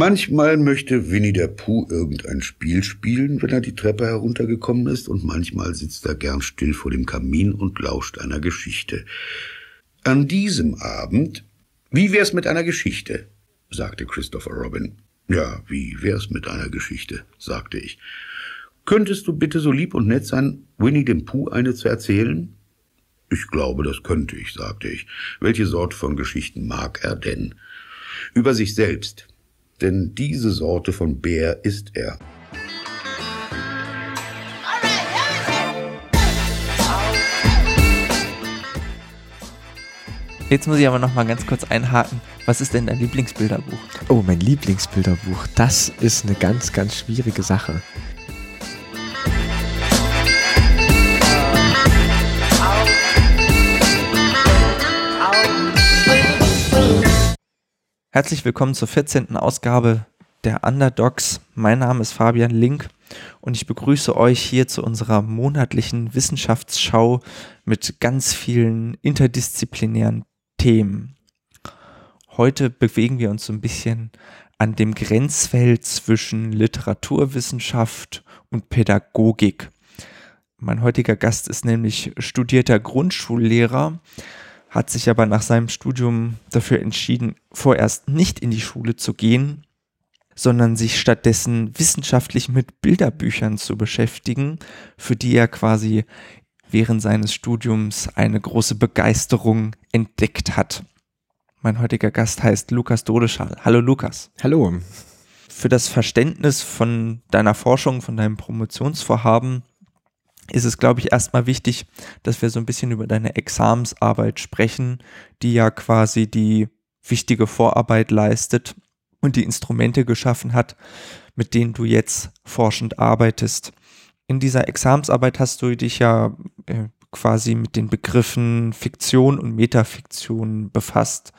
Manchmal möchte Winnie der Pooh irgendein Spiel spielen, wenn er die Treppe heruntergekommen ist, und manchmal sitzt er gern still vor dem Kamin und lauscht einer Geschichte. An diesem Abend, wie wär's mit einer Geschichte? Sagte Christopher Robin. Ja, wie wär's mit einer Geschichte? Sagte ich. Könntest du bitte so lieb und nett sein, Winnie dem Pooh eine zu erzählen? Ich glaube, das könnte ich, sagte ich. Welche Sorte von Geschichten mag er denn? Über sich selbst. Denn diese Sorte von Bär ist er. Jetzt muss ich aber noch mal ganz kurz einhaken. Was ist denn dein Lieblingsbilderbuch? Oh, mein Lieblingsbilderbuch. Das ist eine ganz, ganz schwierige Sache. Herzlich willkommen zur 14. Ausgabe der Underdogs. Mein Name ist Fabian Link und ich begrüße euch hier zu unserer monatlichen Wissenschaftsschau mit ganz vielen interdisziplinären Themen. Heute bewegen wir uns so ein bisschen an dem Grenzfeld zwischen Literaturwissenschaft und Pädagogik. Mein heutiger Gast ist nämlich studierter Grundschullehrer, hat sich aber nach seinem Studium dafür entschieden, vorerst nicht in die Schule zu gehen, sondern sich stattdessen wissenschaftlich mit Bilderbüchern zu beschäftigen, für die er quasi während seines Studiums eine große Begeisterung entdeckt hat. Mein heutiger Gast heißt Lukas Dodeschal. Hallo Lukas. Hallo. Für das Verständnis von deiner Forschung, von deinem Promotionsvorhaben ist es, glaube ich, erstmal wichtig, dass wir so ein bisschen über deine Examensarbeit sprechen, die ja quasi die wichtige Vorarbeit leistet und die Instrumente geschaffen hat, mit denen du jetzt forschend arbeitest. In dieser Examensarbeit hast du dich ja quasi mit den Begriffen Fiktion und Metafiktion befasst.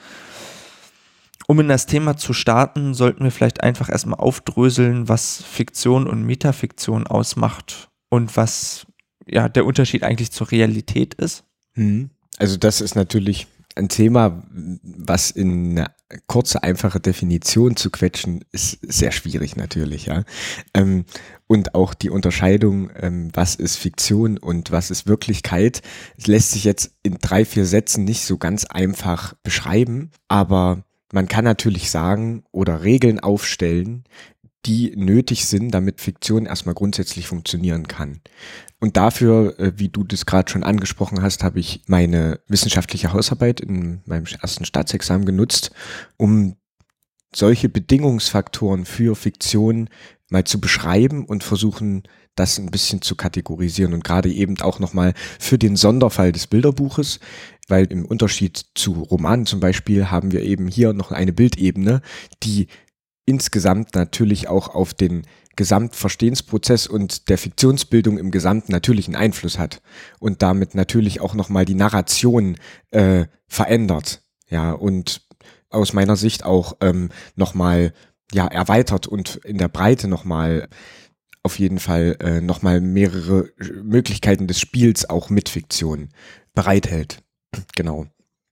Um in das Thema zu starten, sollten wir vielleicht einfach erstmal aufdröseln, was Fiktion und Metafiktion ausmacht und was ja der Unterschied eigentlich zur Realität ist. Also das ist natürlich ein Thema, was in eine kurze, einfache Definition zu quetschen, ist sehr schwierig natürlich, ja. Und auch die Unterscheidung, was ist Fiktion und was ist Wirklichkeit, lässt sich jetzt in 3-4 Sätzen nicht so ganz einfach beschreiben, aber man kann natürlich sagen oder Regeln aufstellen, die nötig sind, damit Fiktion erstmal grundsätzlich funktionieren kann. Und dafür, wie du das gerade schon angesprochen hast, habe ich meine wissenschaftliche Hausarbeit in meinem ersten Staatsexamen genutzt, um solche Bedingungsfaktoren für Fiktion mal zu beschreiben und versuchen, das ein bisschen zu kategorisieren und gerade eben auch nochmal für den Sonderfall des Bilderbuches, weil im Unterschied zu Romanen zum Beispiel haben wir eben hier noch eine Bildebene, die insgesamt natürlich auch auf den Gesamtverstehensprozess und der Fiktionsbildung im Gesamten natürlich einen Einfluss hat und damit natürlich auch nochmal die Narration verändert, ja, und aus meiner Sicht auch nochmal erweitert und in der Breite nochmal auf jeden Fall nochmal mehrere Möglichkeiten des Spiels auch mit Fiktion bereithält. Genau.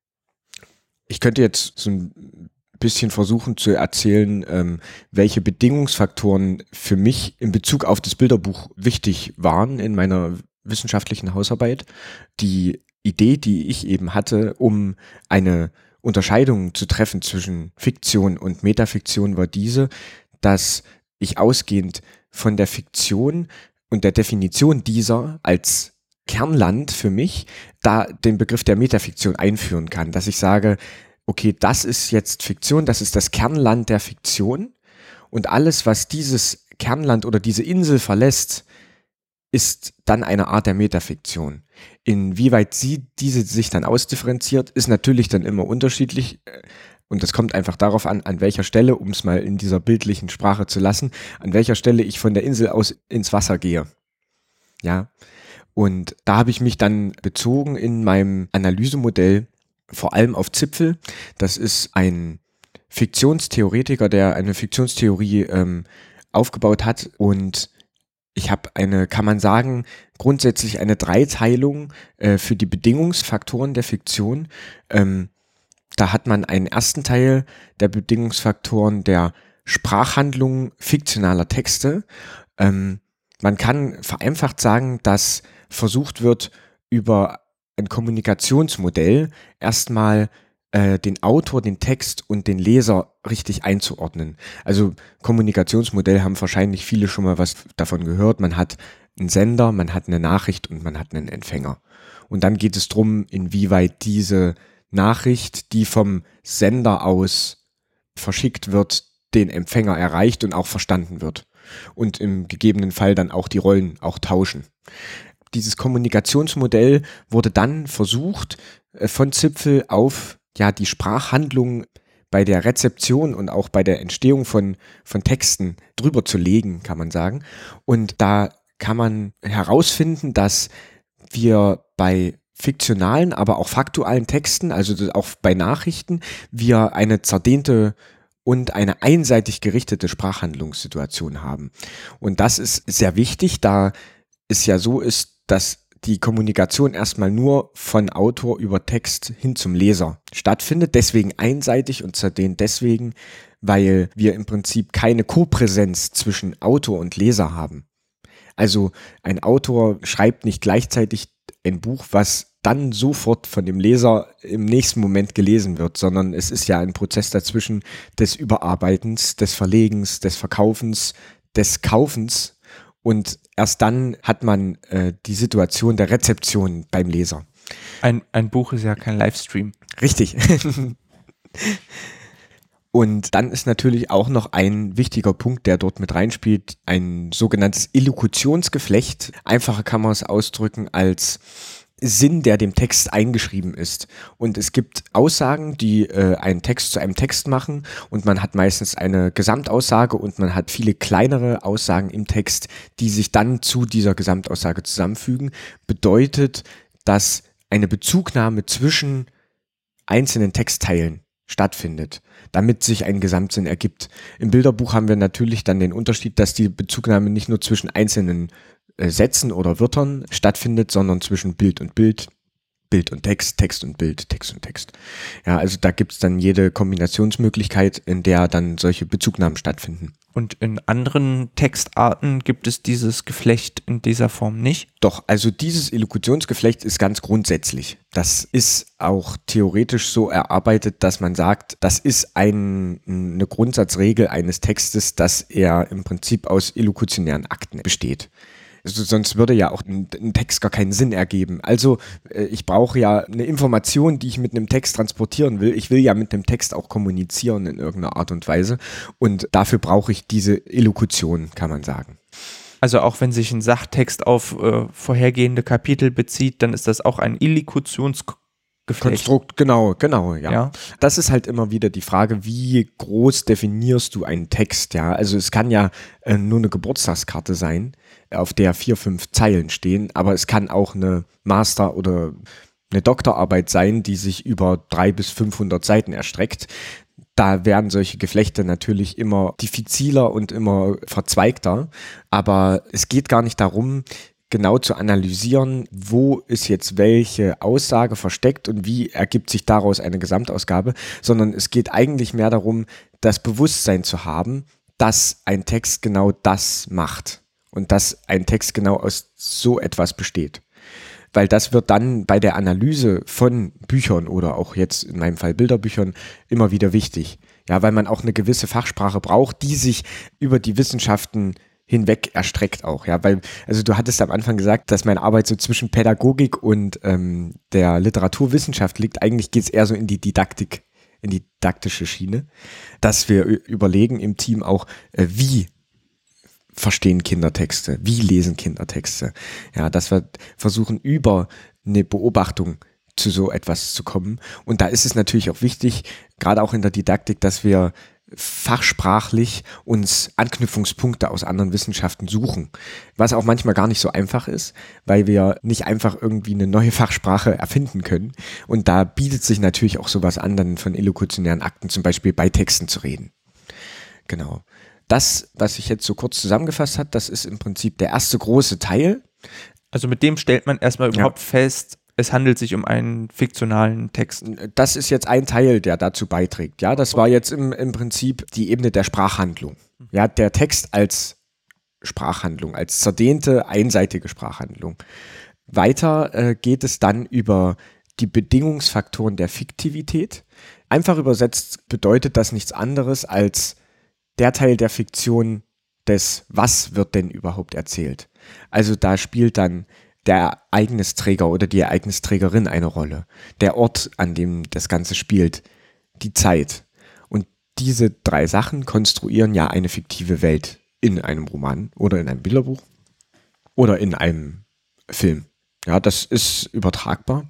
Ich könnte jetzt so ein bisschen versuchen zu erzählen, welche Bedingungsfaktoren für mich in Bezug auf das Bilderbuch wichtig waren in meiner wissenschaftlichen Hausarbeit. Die Idee, die ich eben hatte, um eine Unterscheidung zu treffen zwischen Fiktion und Metafiktion, war diese, dass ich ausgehend von der Fiktion und der Definition dieser als Kernland für mich da den Begriff der Metafiktion einführen kann, dass ich sage, okay, das ist jetzt Fiktion, das ist das Kernland der Fiktion und alles, was dieses Kernland oder diese Insel verlässt, ist dann eine Art der Metafiktion. Inwieweit diese sich dann ausdifferenziert, ist natürlich dann immer unterschiedlich und das kommt einfach darauf an welcher Stelle, um es mal in dieser bildlichen Sprache zu lassen, an welcher Stelle ich von der Insel aus ins Wasser gehe. Ja, und da habe ich mich dann bezogen in meinem Analysemodell vor allem auf Zipfel. Das ist ein Fiktionstheoretiker, der eine Fiktionstheorie aufgebaut hat und ich habe kann man sagen, grundsätzlich eine Dreiteilung für die Bedingungsfaktoren der Fiktion. Da hat man einen ersten Teil der Bedingungsfaktoren, der Sprachhandlung fiktionaler Texte. Man kann vereinfacht sagen, dass versucht wird, über ein Kommunikationsmodell erstmal den Autor, den Text und den Leser richtig einzuordnen. Also Kommunikationsmodell haben wahrscheinlich viele schon mal was davon gehört. Man hat einen Sender, man hat eine Nachricht und man hat einen Empfänger. Und dann geht es darum, inwieweit diese Nachricht, die vom Sender aus verschickt wird, den Empfänger erreicht und auch verstanden wird. Und im gegebenen Fall dann auch die Rollen auch tauschen. Dieses Kommunikationsmodell wurde dann versucht, von Zipfel auf die Sprachhandlung bei der Rezeption und auch bei der Entstehung von Texten drüber zu legen, kann man sagen. Und da kann man herausfinden, dass wir bei fiktionalen, aber auch faktualen Texten, also auch bei Nachrichten, wir eine zerdehnte und eine einseitig gerichtete Sprachhandlungssituation haben. Und das ist sehr wichtig, da es ja so ist, dass die Kommunikation erstmal nur von Autor über Text hin zum Leser stattfindet, deswegen einseitig und zerdehnt deswegen, weil wir im Prinzip keine Kopräsenz zwischen Autor und Leser haben. Also ein Autor schreibt nicht gleichzeitig ein Buch, was dann sofort von dem Leser im nächsten Moment gelesen wird, sondern es ist ja ein Prozess dazwischen des Überarbeitens, des Verlegens, des Verkaufens, des Kaufens. Und erst dann hat man die Situation der Rezeption beim Leser. Ein Buch ist ja kein Livestream. Richtig. Und dann ist natürlich auch noch ein wichtiger Punkt, der dort mit reinspielt, ein sogenanntes Illokutionsgeflecht. Einfacher kann man es ausdrücken als Sinn, der dem Text eingeschrieben ist. Und es gibt Aussagen, die einen Text zu einem Text machen und man hat meistens eine Gesamtaussage und man hat viele kleinere Aussagen im Text, die sich dann zu dieser Gesamtaussage zusammenfügen. Bedeutet, dass eine Bezugnahme zwischen einzelnen Textteilen stattfindet, damit sich ein Gesamtsinn ergibt. Im Bilderbuch haben wir natürlich dann den Unterschied, dass die Bezugnahme nicht nur zwischen einzelnen Sätzen oder Wörtern stattfindet, sondern zwischen Bild und Bild, Bild und Text, Text und Bild, Text und Text. Ja, also da gibt es dann jede Kombinationsmöglichkeit, in der dann solche Bezugnahmen stattfinden. Und in anderen Textarten gibt es dieses Geflecht in dieser Form nicht? Doch, also dieses Illokutionsgeflecht ist ganz grundsätzlich. Das ist auch theoretisch so erarbeitet, dass man sagt, das ist eine Grundsatzregel eines Textes, dass er im Prinzip aus illokutionären Akten besteht. Also sonst würde ja auch ein Text gar keinen Sinn ergeben. Also ich brauche ja eine Information, die ich mit einem Text transportieren will. Ich will ja mit dem Text auch kommunizieren in irgendeiner Art und Weise. Und dafür brauche ich diese Illokution, kann man sagen. Also auch wenn sich ein Sachtext auf vorhergehende Kapitel bezieht, dann ist das auch ein Illokutionsgeflecht. Konstrukt, genau, ja. Das ist halt immer wieder die Frage, wie groß definierst du einen Text, ja. Also es kann ja nur eine Geburtstagskarte sein, auf der 4, 5 Zeilen stehen, aber es kann auch eine Master- oder eine Doktorarbeit sein, die sich über 300 bis 500 Seiten erstreckt. Da werden solche Geflechte natürlich immer diffiziler und immer verzweigter, aber es geht gar nicht darum, genau zu analysieren, wo ist jetzt welche Aussage versteckt und wie ergibt sich daraus eine Gesamtausgabe, sondern es geht eigentlich mehr darum, das Bewusstsein zu haben, dass ein Text genau das macht und dass ein Text genau aus so etwas besteht. Weil das wird dann bei der Analyse von Büchern oder auch jetzt in meinem Fall Bilderbüchern immer wieder wichtig. Ja, weil man auch eine gewisse Fachsprache braucht, die sich über die Wissenschaften hinweg erstreckt auch, ja, weil, also du hattest am Anfang gesagt, dass meine Arbeit so zwischen Pädagogik und der Literaturwissenschaft liegt. Eigentlich geht es eher so in die Didaktik, in die didaktische Schiene, dass wir überlegen im Team auch, wie verstehen Kinder Texte, wie lesen Kinder Texte, ja, dass wir versuchen, über eine Beobachtung zu so etwas zu kommen. Und da ist es natürlich auch wichtig, gerade auch in der Didaktik, dass wir fachsprachlich uns Anknüpfungspunkte aus anderen Wissenschaften suchen, was auch manchmal gar nicht so einfach ist, weil wir nicht einfach irgendwie eine neue Fachsprache erfinden können und da bietet sich natürlich auch sowas an, dann von illokutionären Akten zum Beispiel bei Texten zu reden. Genau. Das, was ich jetzt so kurz zusammengefasst habe, das ist im Prinzip der erste große Teil. Also mit dem stellt man erstmal überhaupt fest, es handelt sich um einen fiktionalen Text. Das ist jetzt ein Teil, der dazu beiträgt. Ja, das war jetzt im Prinzip die Ebene der Sprachhandlung. Ja, der Text als Sprachhandlung, als zerdehnte, einseitige Sprachhandlung. Weiter geht es dann über die Bedingungsfaktoren der Fiktivität. Einfach übersetzt bedeutet das nichts anderes als der Teil der Fiktion des Was wird denn überhaupt erzählt. Also da spielt dann der Ereignisträger oder die Ereignisträgerin eine Rolle. Der Ort, an dem das Ganze spielt, die Zeit. Und diese 3 Sachen konstruieren ja eine fiktive Welt in einem Roman oder in einem Bilderbuch oder in einem Film. Ja, das ist übertragbar.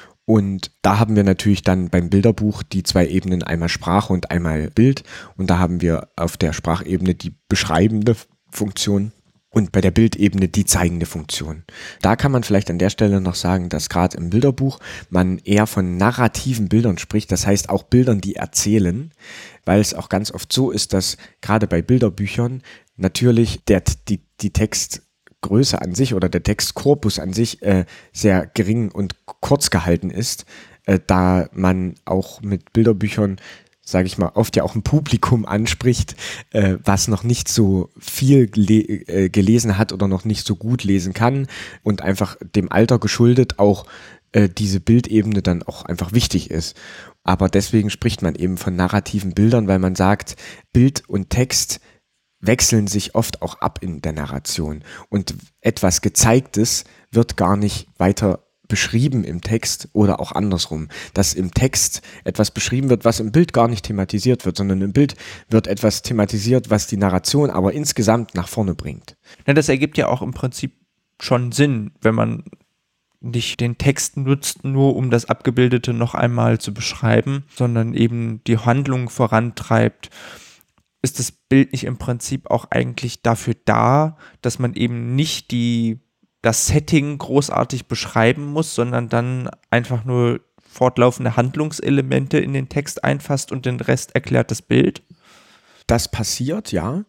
Und da haben wir natürlich dann beim Bilderbuch die 2 Ebenen, einmal Sprache und einmal Bild. Und da haben wir auf der Sprachebene die beschreibende Funktion und bei der Bildebene die zeigende Funktion. Da kann man vielleicht an der Stelle noch sagen, dass gerade im Bilderbuch man eher von narrativen Bildern spricht, das heißt auch Bildern, die erzählen, weil es auch ganz oft so ist, dass gerade bei Bilderbüchern natürlich die Textgröße an sich oder der Textkorpus an sich sehr gering und kurz gehalten ist, da man auch mit Bilderbüchern, sage ich mal, oft ja auch ein Publikum anspricht, was noch nicht so viel gelesen hat oder noch nicht so gut lesen kann und einfach dem Alter geschuldet auch diese Bildebene dann auch einfach wichtig ist. Aber deswegen spricht man eben von narrativen Bildern, weil man sagt, Bild und Text wechseln sich oft auch ab in der Narration und etwas Gezeigtes wird gar nicht weiter beschrieben im Text oder auch andersrum, dass im Text etwas beschrieben wird, was im Bild gar nicht thematisiert wird, sondern im Bild wird etwas thematisiert, was die Narration aber insgesamt nach vorne bringt. Ja, das ergibt ja auch im Prinzip schon Sinn, wenn man nicht den Text nutzt, nur um das Abgebildete noch einmal zu beschreiben, sondern eben die Handlung vorantreibt. Ist das Bild nicht im Prinzip auch eigentlich dafür da, dass man eben nicht das Setting großartig beschreiben muss, sondern dann einfach nur fortlaufende Handlungselemente in den Text einfasst und den Rest erklärt das Bild? Das passiert, ja.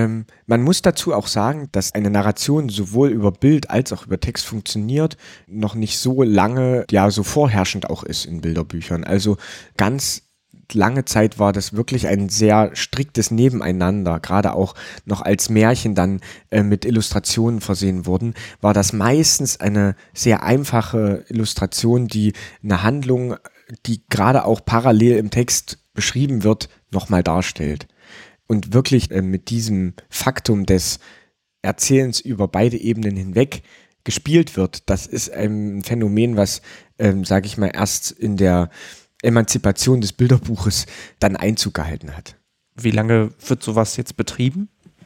Man muss dazu auch sagen, dass eine Narration sowohl über Bild als auch über Text funktioniert, noch nicht so lange, ja, so vorherrschend auch ist in Bilderbüchern. Also ganz lange Zeit war das wirklich ein sehr striktes Nebeneinander, gerade auch noch als Märchen dann mit Illustrationen versehen wurden, war das meistens eine sehr einfache Illustration, die eine Handlung, die gerade auch parallel im Text beschrieben wird, nochmal darstellt. Und wirklich mit diesem Faktum des Erzählens über beide Ebenen hinweg gespielt wird, das ist ein Phänomen, was, sage ich mal, erst in der Emanzipation des Bilderbuches dann Einzug gehalten hat. Wie lange wird sowas jetzt betrieben?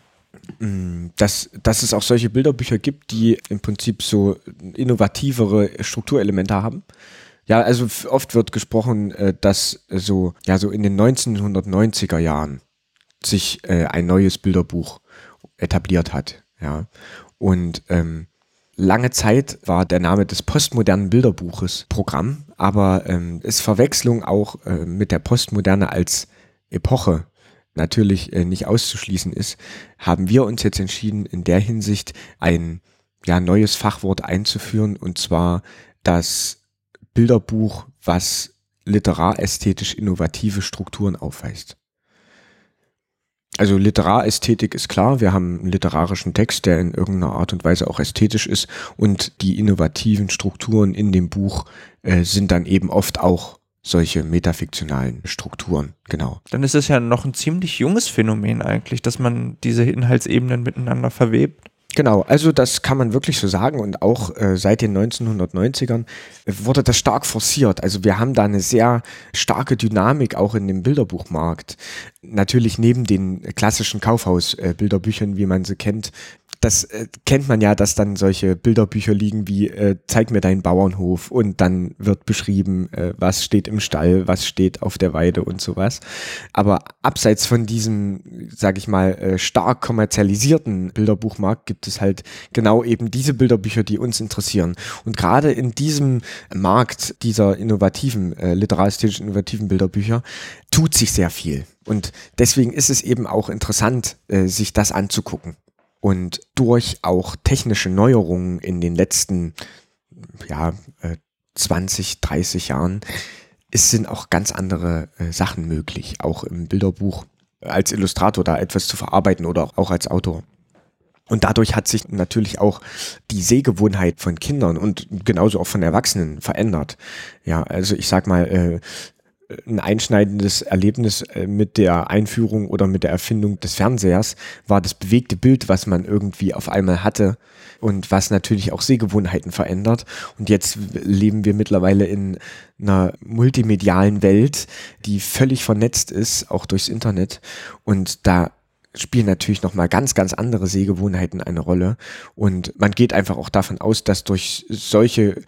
Dass es auch solche Bilderbücher gibt, die im Prinzip so innovativere Strukturelemente haben. Ja, also oft wird gesprochen, dass so in den 1990er Jahren sich ein neues Bilderbuch etabliert hat. Ja. Und lange Zeit war der Name des postmodernen Bilderbuches Programm, aber es Verwechslung auch mit der Postmoderne als Epoche natürlich nicht auszuschließen ist, haben wir uns jetzt entschieden, in der Hinsicht ein neues Fachwort einzuführen, und zwar das Bilderbuch, was literästhetisch innovative Strukturen aufweist. Also Literästhetik ist klar, wir haben einen literarischen Text, der in irgendeiner Art und Weise auch ästhetisch ist, und die innovativen Strukturen in dem Buch sind dann eben oft auch solche metafiktionalen Strukturen, genau. Dann ist es ja noch ein ziemlich junges Phänomen eigentlich, dass man diese Inhaltsebenen miteinander verwebt. Genau, also das kann man wirklich so sagen, und auch seit den 1990ern wurde das stark forciert. Also wir haben da eine sehr starke Dynamik auch in dem Bilderbuchmarkt. Natürlich neben den klassischen Kaufhaus-Bilderbüchern, wie man sie kennt. Das kennt man ja, dass dann solche Bilderbücher liegen wie zeig mir deinen Bauernhof, und dann wird beschrieben, was steht im Stall, was steht auf der Weide und sowas. Aber abseits von diesem, sag ich mal, stark kommerzialisierten Bilderbuchmarkt gibt es halt genau eben diese Bilderbücher, die uns interessieren. Und gerade in diesem Markt dieser innovativen, literästhetisch innovativen Bilderbücher tut sich sehr viel. Und deswegen ist es eben auch interessant, sich das anzugucken. Und durch auch technische Neuerungen in den letzten 20, 30 Jahren sind auch ganz andere Sachen möglich, auch im Bilderbuch als Illustrator da etwas zu verarbeiten oder auch als Autor. Und dadurch hat sich natürlich auch die Sehgewohnheit von Kindern und genauso auch von Erwachsenen verändert. Ja, also ich sag mal, ein einschneidendes Erlebnis mit der Einführung oder mit der Erfindung des Fernsehers war das bewegte Bild, was man irgendwie auf einmal hatte und was natürlich auch Sehgewohnheiten verändert. Und jetzt leben wir mittlerweile in einer multimedialen Welt, die völlig vernetzt ist, auch durchs Internet. Und da spielen natürlich nochmal ganz, ganz andere Sehgewohnheiten eine Rolle. Und man geht einfach auch davon aus, dass durch solche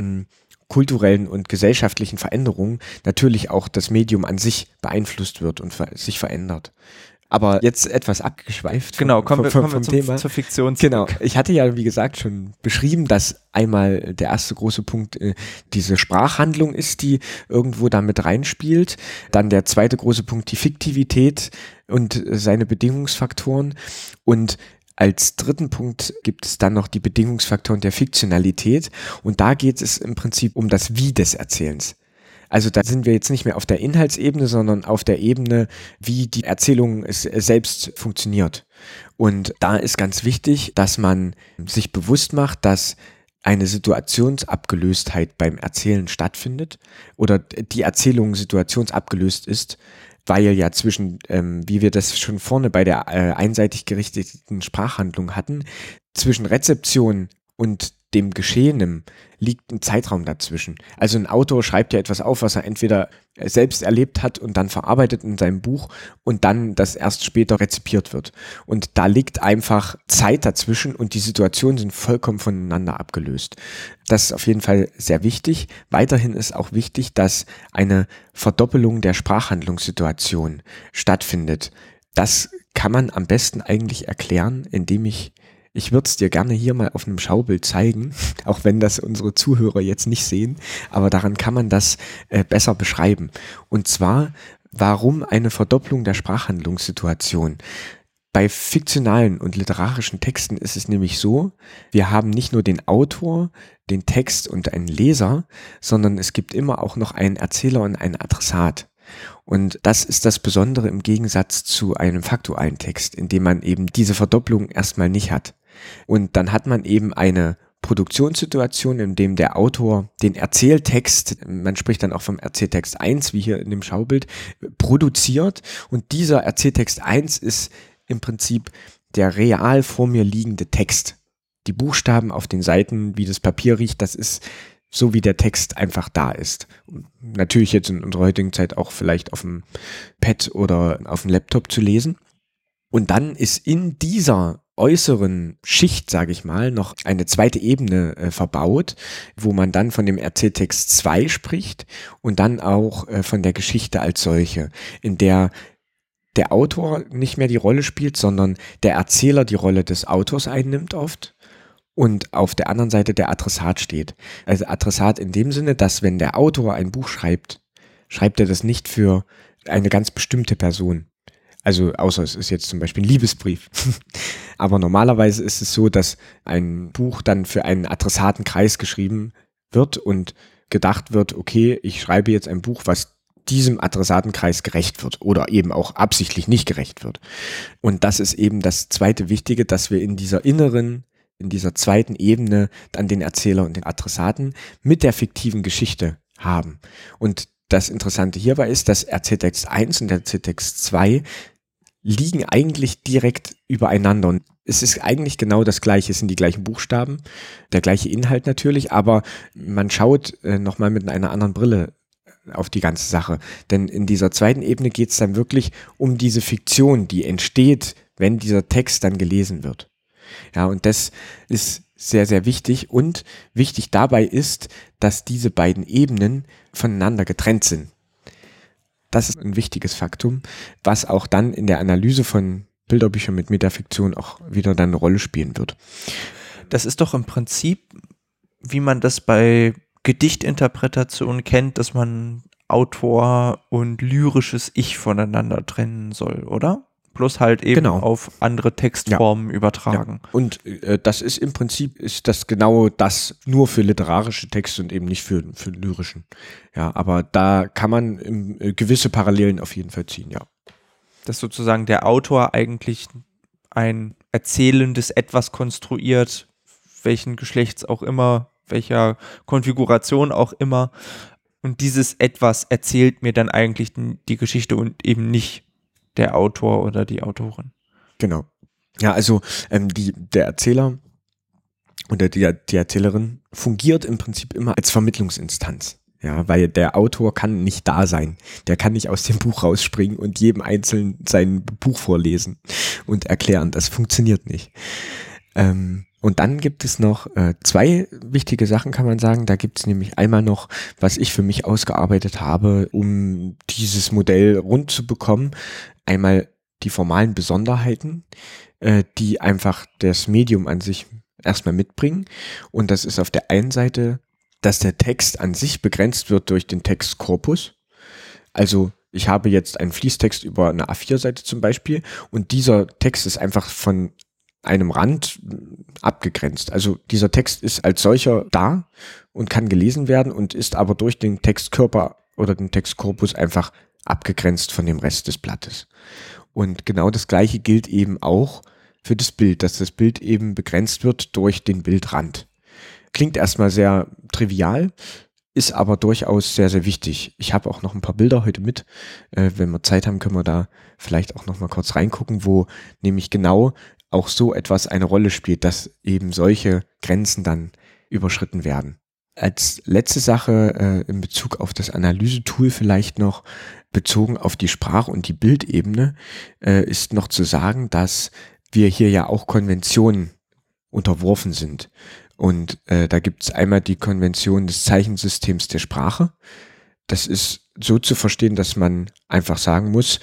kulturellen und gesellschaftlichen Veränderungen natürlich auch das Medium an sich beeinflusst wird und sich verändert. Aber jetzt etwas abgeschweift Genau, kommen wir vom Thema. zur Fiktion zurück. Genau, ich hatte ja, wie gesagt, schon beschrieben, dass einmal der erste große Punkt diese Sprachhandlung ist, die irgendwo da mit reinspielt. Dann der zweite große Punkt die Fiktivität und seine Bedingungsfaktoren. Und als dritten Punkt gibt es dann noch die Bedingungsfaktoren der Fiktionalität. Und da geht es im Prinzip um das Wie des Erzählens. Also da sind wir jetzt nicht mehr auf der Inhaltsebene, sondern auf der Ebene, wie die Erzählung selbst funktioniert. Und da ist ganz wichtig, dass man sich bewusst macht, dass eine Situationsabgelöstheit beim Erzählen stattfindet oder die Erzählung situationsabgelöst ist, weil ja zwischen, wie wir das schon vorne bei der einseitig gerichteten Sprachhandlung hatten, zwischen Rezeption und dem Geschehenen liegt ein Zeitraum dazwischen. Also ein Autor schreibt ja etwas auf, was er entweder selbst erlebt hat und dann verarbeitet in seinem Buch und dann das erst später rezipiert wird. Und da liegt einfach Zeit dazwischen und die Situationen sind vollkommen voneinander abgelöst. Das ist auf jeden Fall sehr wichtig. Weiterhin ist auch wichtig, dass eine Verdoppelung der Sprachhandlungssituation stattfindet. Das kann man am besten eigentlich erklären, indem ich würde es dir gerne hier mal auf einem Schaubild zeigen, auch wenn das unsere Zuhörer jetzt nicht sehen, aber daran kann man das besser beschreiben. Und zwar, warum eine Verdopplung der Sprachhandlungssituation? Bei fiktionalen und literarischen Texten ist es nämlich so, wir haben nicht nur den Autor, den Text und einen Leser, sondern es gibt immer auch noch einen Erzähler und einen Adressat. Und das ist das Besondere im Gegensatz zu einem faktualen Text, in dem man eben diese Verdopplung erstmal nicht hat. Und dann hat man eben eine Produktionssituation, in dem der Autor den Erzähltext, man spricht dann auch vom Erzähltext 1, wie hier in dem Schaubild, produziert. Und dieser Erzähltext 1 ist im Prinzip der real vor mir liegende Text. Die Buchstaben auf den Seiten, wie das Papier riecht, das ist so, wie der Text einfach da ist. Natürlich jetzt in unserer heutigen Zeit auch vielleicht auf dem Pad oder auf dem Laptop zu lesen. Und dann ist in dieser äußeren Schicht, sage ich mal, noch eine zweite Ebene verbaut, wo man dann von dem Erzähltext 2 spricht und dann auch von der Geschichte als solche, in der der Autor nicht mehr die Rolle spielt, sondern der Erzähler die Rolle des Autors einnimmt oft und auf der anderen Seite der Adressat steht. Also Adressat in dem Sinne, dass wenn der Autor ein Buch schreibt, schreibt er das nicht für eine ganz bestimmte Person. Also außer es ist jetzt zum Beispiel ein Liebesbrief. Aber normalerweise ist es so, dass ein Buch dann für einen Adressatenkreis geschrieben wird und gedacht wird, okay, ich schreibe jetzt ein Buch, was diesem Adressatenkreis gerecht wird oder eben auch absichtlich nicht gerecht wird. Und das ist eben das zweite Wichtige, dass wir in dieser zweiten Ebene dann den Erzähler und den Adressaten mit der fiktiven Geschichte haben. Und das Interessante hierbei ist, dass Erzähltext 1 und Erzähltext 2 liegen eigentlich direkt übereinander. Und es ist eigentlich genau das Gleiche, es sind die gleichen Buchstaben, der gleiche Inhalt natürlich, aber man schaut nochmal mit einer anderen Brille auf die ganze Sache. Denn in dieser zweiten Ebene geht es dann wirklich um diese Fiktion, die entsteht, wenn dieser Text dann gelesen wird. Ja, und das ist sehr, sehr wichtig. Und wichtig dabei ist, dass diese beiden Ebenen voneinander getrennt sind. Das ist ein wichtiges Faktum, was auch dann in der Analyse von Bilderbüchern mit Metafiktion auch wieder dann eine Rolle spielen wird. Das ist doch im Prinzip, wie man das bei Gedichtinterpretationen kennt, dass man Autor und lyrisches Ich voneinander trennen soll, oder? bloß halt eben Genau. auf andere Textformen übertragen. Ja. Und das ist im Prinzip, ist das genau das nur für literarische Texte und eben nicht für lyrischen. Ja, aber da kann man gewisse Parallelen auf jeden Fall ziehen, ja. Dass sozusagen der Autor eigentlich ein erzählendes Etwas konstruiert, welchen Geschlechts auch immer, welcher Konfiguration auch immer. Und dieses Etwas erzählt mir dann eigentlich die Geschichte und eben nicht der Autor oder die Autorin. Genau. Ja, also der Erzähler oder die Erzählerin fungiert im Prinzip immer als Vermittlungsinstanz. Ja, weil der Autor kann nicht da sein. Der kann nicht aus dem Buch rausspringen und jedem Einzelnen sein Buch vorlesen und erklären. Das funktioniert nicht. Und dann gibt es noch 2 wichtige Sachen, kann man sagen. Da gibt es nämlich einmal noch, was ich für mich ausgearbeitet habe, um dieses Modell rund zu bekommen. Einmal die formalen Besonderheiten, die einfach das Medium an sich erstmal mitbringen. Und das ist auf der einen Seite, dass der Text an sich begrenzt wird durch den Textkorpus. Also ich habe jetzt einen Fließtext über eine A4-Seite zum Beispiel und dieser Text ist einfach von einem Rand abgegrenzt. Also dieser Text ist als solcher da und kann gelesen werden und ist aber durch den Textkörper oder den Textkorpus einfach abgegrenzt von dem Rest des Blattes. Und genau das Gleiche gilt eben auch für das Bild, dass das Bild eben begrenzt wird durch den Bildrand. Klingt erstmal sehr trivial, ist aber durchaus sehr, sehr wichtig. Ich habe auch noch ein paar Bilder heute mit. Wenn wir Zeit haben, können wir da vielleicht auch noch mal kurz reingucken, wo nämlich genau auch so etwas eine Rolle spielt, dass eben solche Grenzen dann überschritten werden. Als letzte Sache in Bezug auf das Analysetool vielleicht noch, bezogen auf die Sprach- und die Bildebene, ist noch zu sagen, dass wir hier ja auch Konventionen unterworfen sind. Und da gibt es einmal die Konvention des Zeichensystems der Sprache. Das ist so zu verstehen, dass man einfach sagen muss,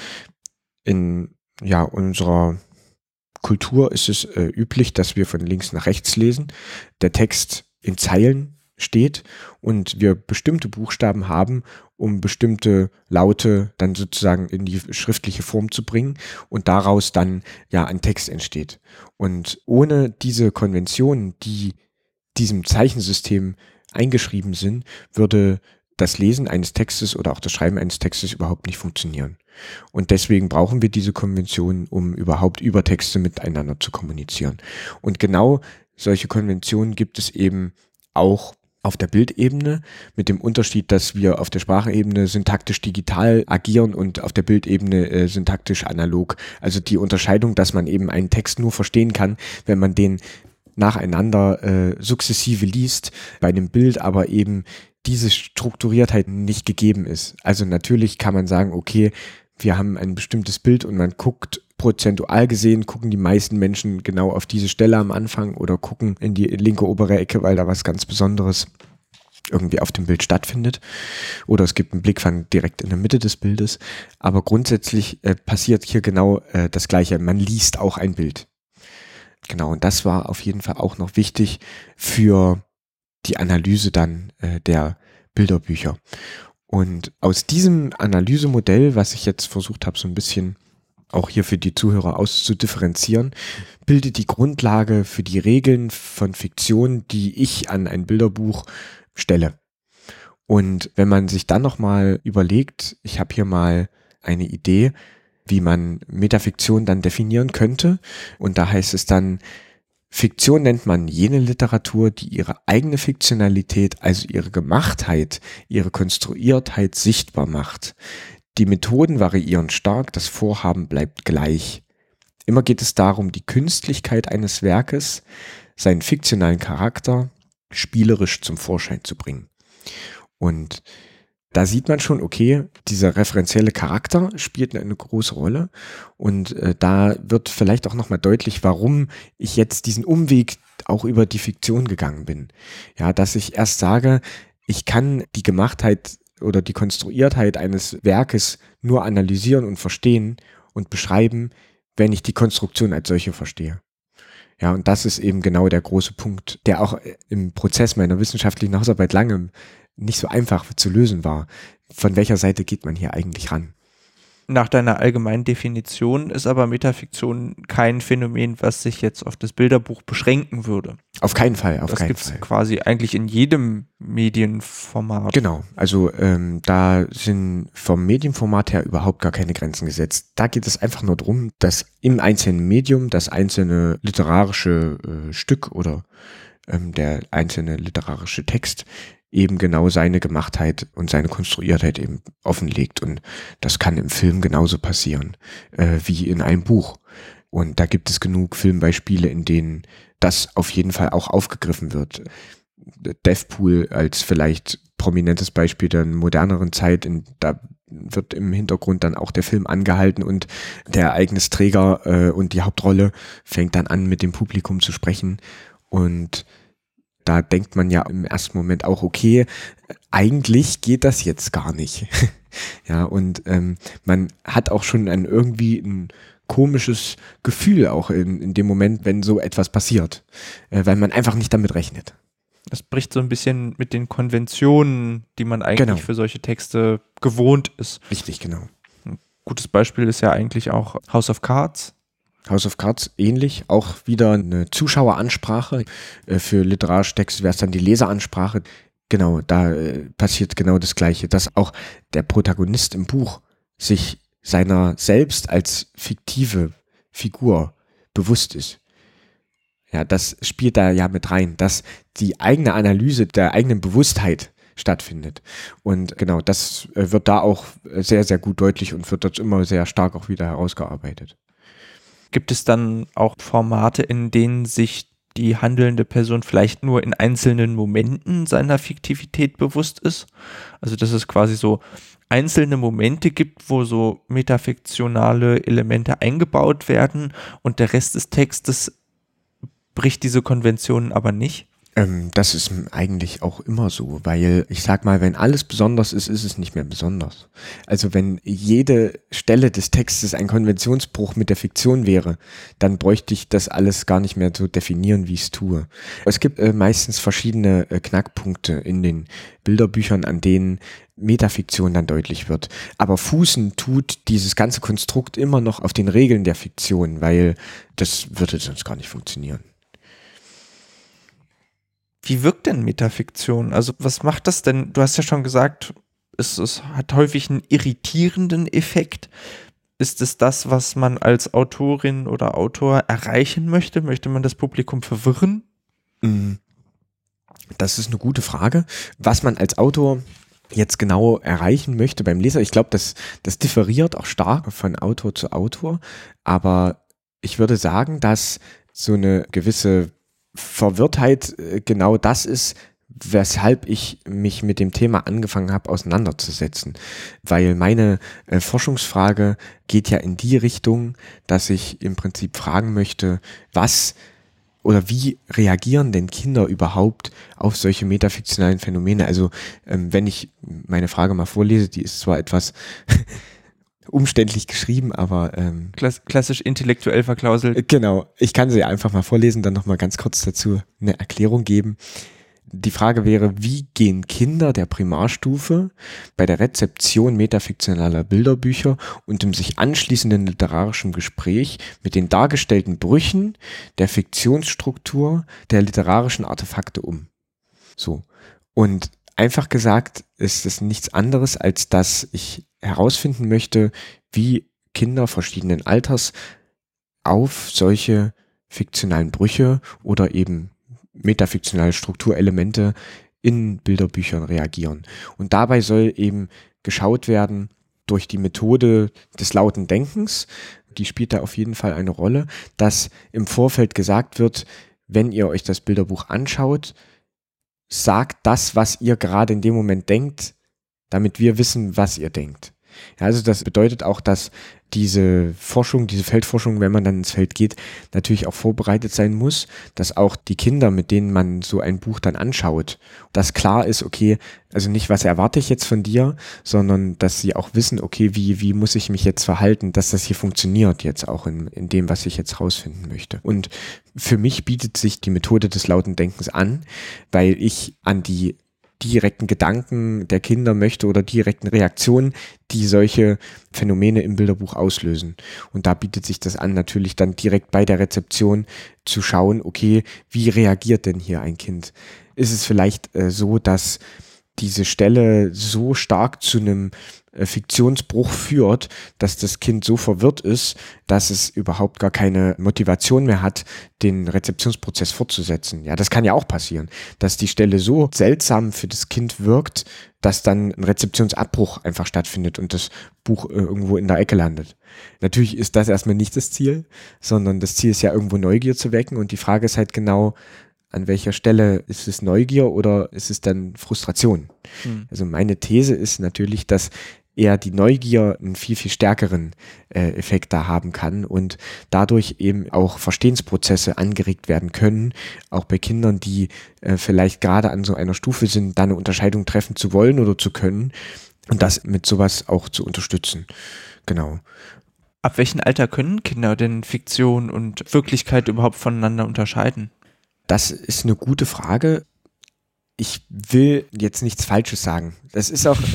in unserer Kultur ist es üblich, dass wir von links nach rechts lesen, der Text in Zeilen steht und wir bestimmte Buchstaben haben, um bestimmte Laute dann sozusagen in die schriftliche Form zu bringen und daraus dann ein Text entsteht. Und ohne diese Konventionen, die diesem Zeichensystem eingeschrieben sind, würde das Lesen eines Textes oder auch das Schreiben eines Textes überhaupt nicht funktionieren. Und deswegen brauchen wir diese Konventionen, um überhaupt über Texte miteinander zu kommunizieren. Und genau solche Konventionen gibt es eben auch auf der Bildebene, mit dem Unterschied, dass wir auf der Sprachebene syntaktisch digital agieren und auf der Bildebene syntaktisch analog. Also die Unterscheidung, dass man eben einen Text nur verstehen kann, wenn man den nacheinander sukzessive liest, bei einem Bild aber eben diese Strukturiertheit nicht gegeben ist. Also natürlich kann man sagen, okay, wir haben ein bestimmtes Bild und man guckt prozentual gesehen, gucken die meisten Menschen genau auf diese Stelle am Anfang oder gucken in die linke obere Ecke, weil da was ganz Besonderes irgendwie auf dem Bild stattfindet. Oder es gibt einen Blickfang direkt in der Mitte des Bildes. Aber grundsätzlich passiert hier genau das Gleiche. Man liest auch ein Bild. Genau, und das war auf jeden Fall auch noch wichtig für die Analyse dann der Bilderbücher. Und aus diesem Analysemodell, was ich jetzt versucht habe, so ein bisschen auch hier für die Zuhörer auszudifferenzieren, bildet die Grundlage für die Regeln von Fiktion, die ich an ein Bilderbuch stelle. Und wenn man sich dann nochmal überlegt, ich habe hier mal eine Idee, wie man Metafiktion dann definieren könnte. Und da heißt es dann, Fiktion nennt man jene Literatur, die ihre eigene Fiktionalität, also ihre Gemachtheit, ihre Konstruiertheit sichtbar macht. Die Methoden variieren stark, das Vorhaben bleibt gleich. Immer geht es darum, die Künstlichkeit eines Werkes, seinen fiktionalen Charakter spielerisch zum Vorschein zu bringen. Und da sieht man schon, okay, dieser referenzielle Charakter spielt eine große Rolle und da wird vielleicht auch nochmal deutlich, warum ich jetzt diesen Umweg auch über die Fiktion gegangen bin. Ja, dass ich erst sage, ich kann die Gemachtheit oder die Konstruiertheit eines Werkes nur analysieren und verstehen und beschreiben, wenn ich die Konstruktion als solche verstehe. Ja, und das ist eben genau der große Punkt, der auch im Prozess meiner wissenschaftlichen Hausarbeit lange nicht so einfach zu lösen war. Von welcher Seite geht man hier eigentlich ran? Nach deiner allgemeinen Definition ist aber Metafiktion kein Phänomen, was sich jetzt auf das Bilderbuch beschränken würde. Auf keinen Fall, auf keinen Fall. Das gibt es quasi eigentlich in jedem Medienformat. Genau, also da sind vom Medienformat her überhaupt gar keine Grenzen gesetzt. Da geht es einfach nur darum, dass im einzelnen Medium das einzelne literarische Stück oder der einzelne literarische Text eben genau seine Gemachtheit und seine Konstruiertheit eben offenlegt. Und das kann im Film genauso passieren wie in einem Buch. Und da gibt es genug Filmbeispiele, in denen das auf jeden Fall auch aufgegriffen wird. Deathpool als vielleicht prominentes Beispiel der moderneren Zeit, da wird im Hintergrund dann auch der Film angehalten und der Ereignisträger und die Hauptrolle fängt dann an, mit dem Publikum zu sprechen. Und da denkt man ja im ersten Moment auch, okay, eigentlich geht das jetzt gar nicht. Ja, und man hat auch schon irgendwie ein komisches Gefühl auch in dem Moment, wenn so etwas passiert, weil man einfach nicht damit rechnet. Das bricht so ein bisschen mit den Konventionen, die man eigentlich für solche Texte gewohnt ist. Richtig, genau. Ein gutes Beispiel ist ja eigentlich auch House of Cards. House of Cards ähnlich, auch wieder eine Zuschaueransprache. Für literarische Texte wäre es dann die Leseransprache. Genau, da passiert genau das Gleiche, dass auch der Protagonist im Buch sich seiner selbst als fiktive Figur bewusst ist. Ja, das spielt da ja mit rein, dass die eigene Analyse der eigenen Bewusstheit stattfindet. Und genau, das wird da auch sehr, sehr gut deutlich und wird dort immer sehr stark auch wieder herausgearbeitet. Gibt es dann auch Formate, in denen sich die handelnde Person vielleicht nur in einzelnen Momenten seiner Fiktivität bewusst ist? Also dass es quasi so einzelne Momente gibt, wo so metafiktionale Elemente eingebaut werden und der Rest des Textes bricht diese Konventionen aber nicht? Das ist eigentlich auch immer so, weil ich sag mal, wenn alles besonders ist, ist es nicht mehr besonders. Also wenn jede Stelle des Textes ein Konventionsbruch mit der Fiktion wäre, dann bräuchte ich das alles gar nicht mehr so definieren, wie ich es tue. Es gibt meistens verschiedene Knackpunkte in den Bilderbüchern, an denen Metafiktion dann deutlich wird. Aber fußen tut dieses ganze Konstrukt immer noch auf den Regeln der Fiktion, weil das würde sonst gar nicht funktionieren. Wie wirkt denn Metafiktion? Also was macht das denn? Du hast ja schon gesagt, es hat häufig einen irritierenden Effekt. Ist es das, was man als Autorin oder Autor erreichen möchte? Möchte man das Publikum verwirren? Das ist eine gute Frage. Was man als Autor jetzt genau erreichen möchte beim Leser, ich glaube, das differiert auch stark von Autor zu Autor. Aber ich würde sagen, dass so eine gewisse Verwirrtheit genau das ist, weshalb ich mich mit dem Thema angefangen habe auseinanderzusetzen. Weil meine Forschungsfrage geht ja in die Richtung, dass ich im Prinzip fragen möchte, was oder wie reagieren denn Kinder überhaupt auf solche metafiktionalen Phänomene? Also wenn ich meine Frage mal vorlese, die ist zwar etwas umständlich geschrieben, aber klassisch intellektuell verklauselt. Genau, ich kann sie einfach mal vorlesen, dann nochmal ganz kurz dazu eine Erklärung geben. Die Frage wäre, wie gehen Kinder der Primarstufe bei der Rezeption metafiktionaler Bilderbücher und im sich anschließenden literarischen Gespräch mit den dargestellten Brüchen der Fiktionsstruktur der literarischen Artefakte um? So, und einfach gesagt ist es nichts anderes, als dass ich herausfinden möchte, wie Kinder verschiedenen Alters auf solche fiktionalen Brüche oder eben metafiktionale Strukturelemente in Bilderbüchern reagieren. Und dabei soll eben geschaut werden durch die Methode des lauten Denkens, die spielt da auf jeden Fall eine Rolle, dass im Vorfeld gesagt wird, wenn ihr euch das Bilderbuch anschaut, sagt das, was ihr gerade in dem Moment denkt, damit wir wissen, was ihr denkt. Ja, also das bedeutet auch, dass diese Forschung, diese Feldforschung, wenn man dann ins Feld geht, natürlich auch vorbereitet sein muss, dass auch die Kinder, mit denen man so ein Buch dann anschaut, dass klar ist, okay, also nicht, was erwarte ich jetzt von dir, sondern dass sie auch wissen, okay, wie muss ich mich jetzt verhalten, dass das hier funktioniert jetzt auch in dem, was ich jetzt rausfinden möchte. Und für mich bietet sich die Methode des lauten Denkens an, weil ich an die direkten Gedanken der Kinder möchte oder direkten Reaktionen, die solche Phänomene im Bilderbuch auslösen. Und da bietet sich das an, natürlich dann direkt bei der Rezeption zu schauen, okay, wie reagiert denn hier ein Kind? Ist es vielleicht so, dass diese Stelle so stark zu einem Fiktionsbruch führt, dass das Kind so verwirrt ist, dass es überhaupt gar keine Motivation mehr hat, den Rezeptionsprozess fortzusetzen. Ja, das kann ja auch passieren, dass die Stelle so seltsam für das Kind wirkt, dass dann ein Rezeptionsabbruch einfach stattfindet und das Buch irgendwo in der Ecke landet. Natürlich ist das erstmal nicht das Ziel, sondern das Ziel ist ja irgendwo Neugier zu wecken und die Frage ist halt genau, an welcher Stelle ist es Neugier oder ist es dann Frustration? Also meine These ist natürlich, dass eher die Neugier einen viel, viel stärkeren Effekt da haben kann und dadurch eben auch Verstehensprozesse angeregt werden können, auch bei Kindern, die vielleicht gerade an so einer Stufe sind, da eine Unterscheidung treffen zu wollen oder zu können und das mit sowas auch zu unterstützen. Genau. Ab welchem Alter können Kinder denn Fiktion und Wirklichkeit überhaupt voneinander unterscheiden? Das ist eine gute Frage. Ich will jetzt nichts Falsches sagen. Das ist auch,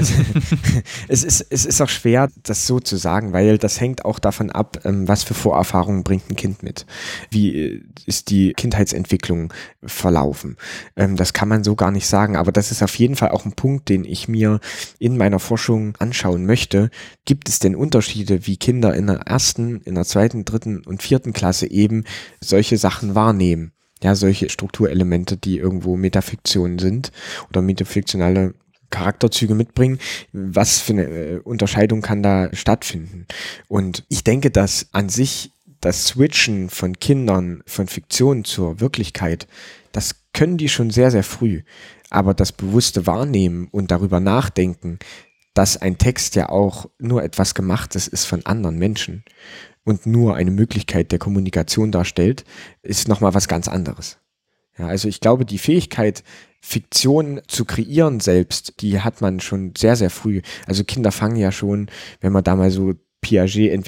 es ist auch schwer, das so zu sagen, weil das hängt auch davon ab, was für Vorerfahrungen bringt ein Kind mit. Wie ist die Kindheitsentwicklung verlaufen? Das kann man so gar nicht sagen, aber das ist auf jeden Fall auch ein Punkt, den ich mir in meiner Forschung anschauen möchte. Gibt es denn Unterschiede, wie Kinder in der ersten, in der zweiten, dritten und vierten Klasse eben solche Sachen wahrnehmen? Ja, solche Strukturelemente, die irgendwo Metafiktion sind oder metafiktionale Charakterzüge mitbringen. Was für eine Unterscheidung kann da stattfinden? Und ich denke, dass an sich das Switchen von Kindern von Fiktion zur Wirklichkeit, das können die schon sehr, sehr früh. Aber das bewusste Wahrnehmen und darüber nachdenken, dass ein Text ja auch nur etwas Gemachtes ist von anderen Menschen und nur eine Möglichkeit der Kommunikation darstellt, ist nochmal was ganz anderes. Ja, also ich glaube, die Fähigkeit, Fiktion zu kreieren selbst, die hat man schon sehr, sehr früh. Also Kinder fangen ja schon, wenn man da mal so Piaget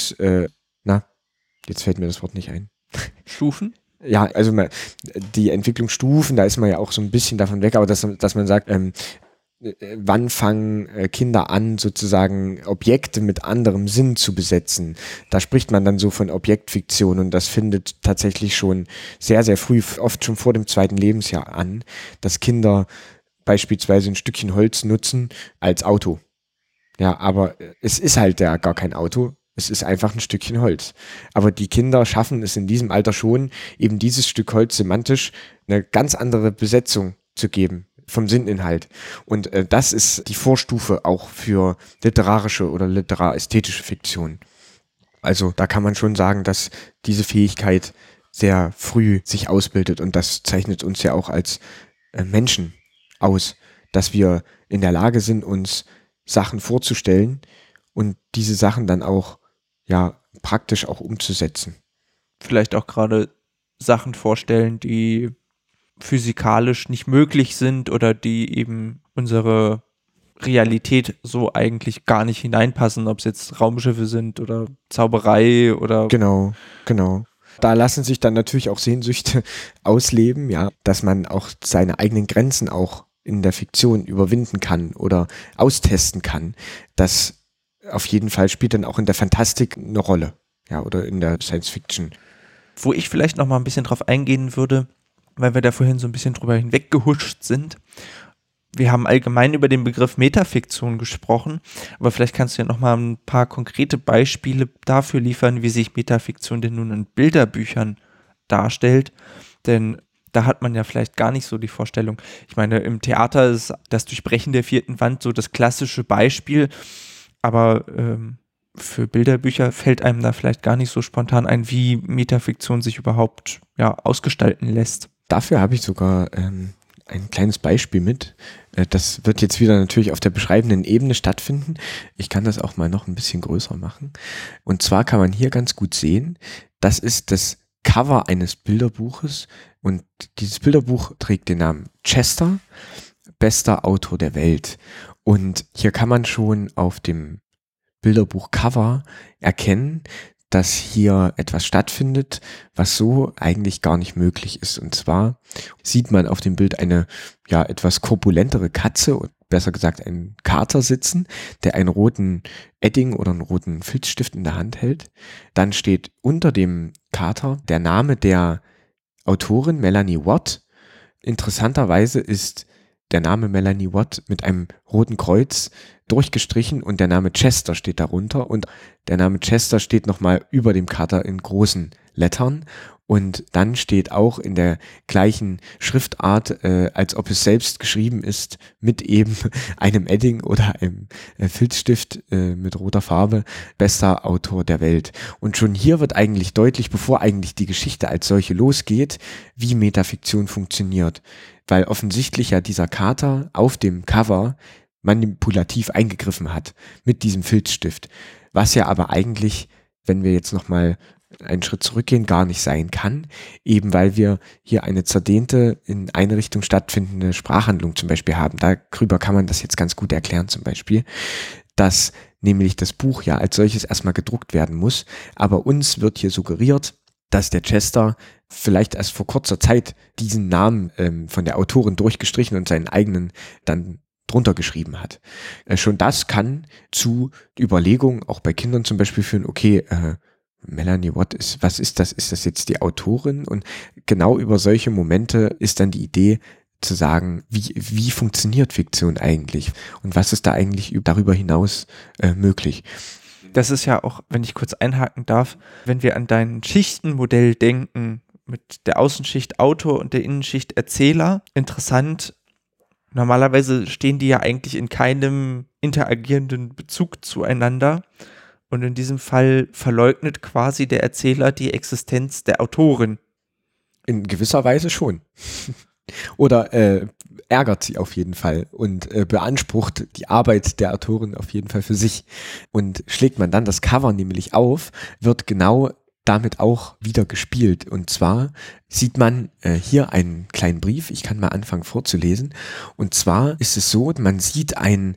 jetzt fällt mir das Wort nicht ein. Stufen? Ja, also die Entwicklungsstufen, da ist man ja auch so ein bisschen davon weg, aber dass man sagt, wann fangen Kinder an, sozusagen Objekte mit anderem Sinn zu besetzen? Da spricht man dann so von Objektfiktion und das findet tatsächlich schon sehr, sehr früh, oft schon vor dem 2. Lebensjahr an, dass Kinder beispielsweise ein Stückchen Holz nutzen als Auto. Ja, aber es ist halt ja gar kein Auto. Es ist einfach ein Stückchen Holz. Aber die Kinder schaffen es in diesem Alter schon, eben dieses Stück Holz semantisch eine ganz andere Besetzung zu geben vom Sinninhalt. Und das ist die Vorstufe auch für literarische oder literästhetische Fiktion. Also da kann man schon sagen, dass diese Fähigkeit sehr früh sich ausbildet und das zeichnet uns ja auch als Menschen aus, dass wir in der Lage sind, uns Sachen vorzustellen und diese Sachen dann auch praktisch auch umzusetzen. Vielleicht auch gerade Sachen vorstellen, die physikalisch nicht möglich sind oder die eben unsere Realität so eigentlich gar nicht hineinpassen, ob es jetzt Raumschiffe sind oder Zauberei oder... Genau. Da lassen sich dann natürlich auch Sehnsüchte ausleben, ja, dass man auch seine eigenen Grenzen auch in der Fiktion überwinden kann oder austesten kann. Das auf jeden Fall spielt dann auch in der Fantastik eine Rolle, ja, oder in der Science Fiction. Wo ich vielleicht noch mal ein bisschen drauf eingehen würde, weil wir da vorhin so ein bisschen drüber hinweggehuscht sind. Wir haben allgemein über den Begriff Metafiktion gesprochen, aber vielleicht kannst du ja noch mal ein paar konkrete Beispiele dafür liefern, wie sich Metafiktion denn nun in Bilderbüchern darstellt, denn da hat man ja vielleicht gar nicht so die Vorstellung. Ich meine, im Theater ist das Durchbrechen der 4. Wand so das klassische Beispiel, aber für Bilderbücher fällt einem da vielleicht gar nicht so spontan ein, wie Metafiktion sich überhaupt ausgestalten lässt. Dafür habe ich sogar ein kleines Beispiel mit. Das wird jetzt wieder natürlich auf der beschreibenden Ebene stattfinden. Ich kann das auch mal noch ein bisschen größer machen. Und zwar kann man hier ganz gut sehen, das ist das Cover eines Bilderbuches und dieses Bilderbuch trägt den Namen Chester, bester Autor der Welt. Und hier kann man schon auf dem Bilderbuchcover erkennen, dass hier etwas stattfindet, was so eigentlich gar nicht möglich ist. Und zwar sieht man auf dem Bild eine etwas korpulentere Katze, besser gesagt einen Kater sitzen, der einen roten Edding oder einen roten Filzstift in der Hand hält. Dann steht unter dem Kater der Name der Autorin Melanie Watt. Interessanterweise ist der Name Melanie Watt mit einem roten Kreuz durchgestrichen und der Name Chester steht darunter und der Name Chester steht nochmal über dem Kater in großen Lettern und dann steht auch in der gleichen Schriftart, als ob es selbst geschrieben ist, mit eben einem Edding oder einem Filzstift mit roter Farbe, bester Autor der Welt. Und schon hier wird eigentlich deutlich, bevor eigentlich die Geschichte als solche losgeht, wie Metafiktion funktioniert. Weil offensichtlich ja dieser Kater auf dem Cover manipulativ eingegriffen hat mit diesem Filzstift. Was ja aber eigentlich, wenn wir jetzt nochmal einen Schritt zurückgehen, gar nicht sein kann, eben weil wir hier eine zerdehnte, in eine Richtung stattfindende Sprachhandlung zum Beispiel haben. Darüber kann man das jetzt ganz gut erklären zum Beispiel, dass nämlich das Buch ja als solches erstmal gedruckt werden muss, aber uns wird hier suggeriert, dass der Chester vielleicht erst vor kurzer Zeit diesen Namen von der Autorin durchgestrichen und seinen eigenen dann drunter geschrieben hat. Schon das kann zu Überlegungen, auch bei Kindern zum Beispiel führen, okay, Melanie Watt was ist das? Ist das jetzt die Autorin? Und genau über solche Momente ist dann die Idee zu sagen, wie funktioniert Fiktion eigentlich? Und was ist da eigentlich darüber hinaus möglich? Das ist ja auch, wenn ich kurz einhaken darf, wenn wir an dein Schichtenmodell denken, mit der Außenschicht Autor und der Innenschicht Erzähler, interessant, normalerweise stehen die ja eigentlich in keinem interagierenden Bezug zueinander und in diesem Fall verleugnet quasi der Erzähler die Existenz der Autorin. In gewisser Weise schon. Oder ärgert sie auf jeden Fall und beansprucht die Arbeit der Autorin auf jeden Fall für sich. Und schlägt man dann das Cover nämlich auf, wird genau damit auch wieder gespielt. Und zwar sieht man hier einen kleinen Brief. Ich kann mal anfangen vorzulesen. Und zwar ist es so, man sieht ein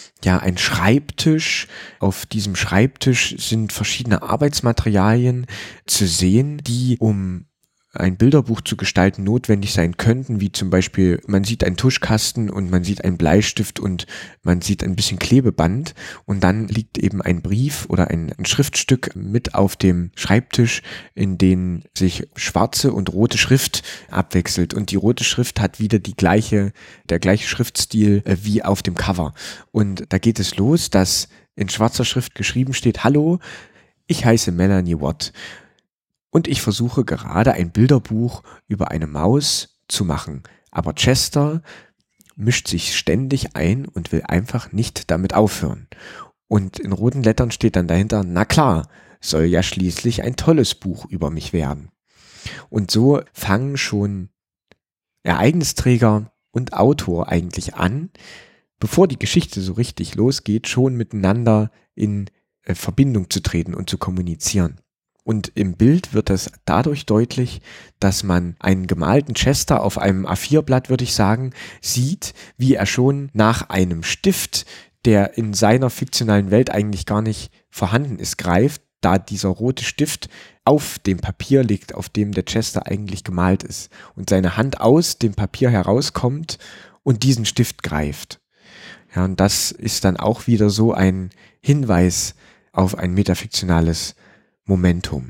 Schreibtisch. Auf diesem Schreibtisch sind verschiedene Arbeitsmaterialien zu sehen, die um ein Bilderbuch zu gestalten notwendig sein könnten, wie zum Beispiel, man sieht einen Tuschkasten und man sieht einen Bleistift und man sieht ein bisschen Klebeband und dann liegt eben ein Brief oder ein Schriftstück mit auf dem Schreibtisch, in dem sich schwarze und rote Schrift abwechselt und die rote Schrift hat wieder der gleiche Schriftstil wie auf dem Cover und da geht es los, dass in schwarzer Schrift geschrieben steht: Hallo, ich heiße Melanie Watt. Und ich versuche gerade ein Bilderbuch über eine Maus zu machen. Aber Chester mischt sich ständig ein und will einfach nicht damit aufhören. Und in roten Lettern steht dann dahinter: Na klar, soll ja schließlich ein tolles Buch über mich werden. Und so fangen schon Ereignisträger und Autor eigentlich an, bevor die Geschichte so richtig losgeht, schon miteinander in Verbindung zu treten und zu kommunizieren. Und im Bild wird es dadurch deutlich, dass man einen gemalten Chester auf einem A4-Blatt, würde ich sagen, sieht, wie er schon nach einem Stift, der in seiner fiktionalen Welt eigentlich gar nicht vorhanden ist, greift, da dieser rote Stift auf dem Papier liegt, auf dem der Chester eigentlich gemalt ist. Und seine Hand aus dem Papier herauskommt und diesen Stift greift. Ja, und das ist dann auch wieder so ein Hinweis auf ein metafiktionales Momentum.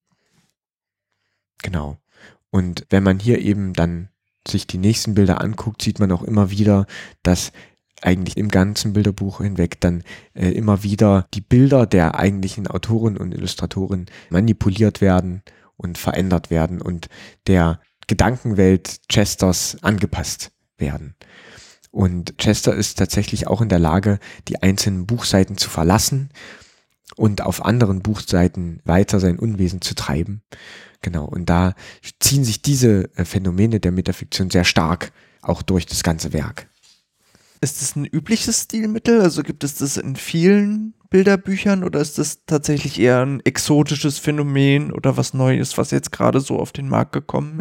Genau. Und wenn man hier eben dann sich die nächsten Bilder anguckt, sieht man auch immer wieder, dass eigentlich im ganzen Bilderbuch hinweg dann immer wieder die Bilder der eigentlichen Autoren und Illustratoren manipuliert werden und verändert werden und der Gedankenwelt Chesters angepasst werden. Und Chester ist tatsächlich auch in der Lage, die einzelnen Buchseiten zu verlassen und auf anderen Buchseiten weiter sein Unwesen zu treiben. Genau, und da ziehen sich diese Phänomene der Metafiktion sehr stark auch durch das ganze Werk. Ist das ein übliches Stilmittel? Also gibt es das in vielen Bilderbüchern oder ist das tatsächlich eher ein exotisches Phänomen oder was Neues, was jetzt gerade so auf den Markt gekommen ist?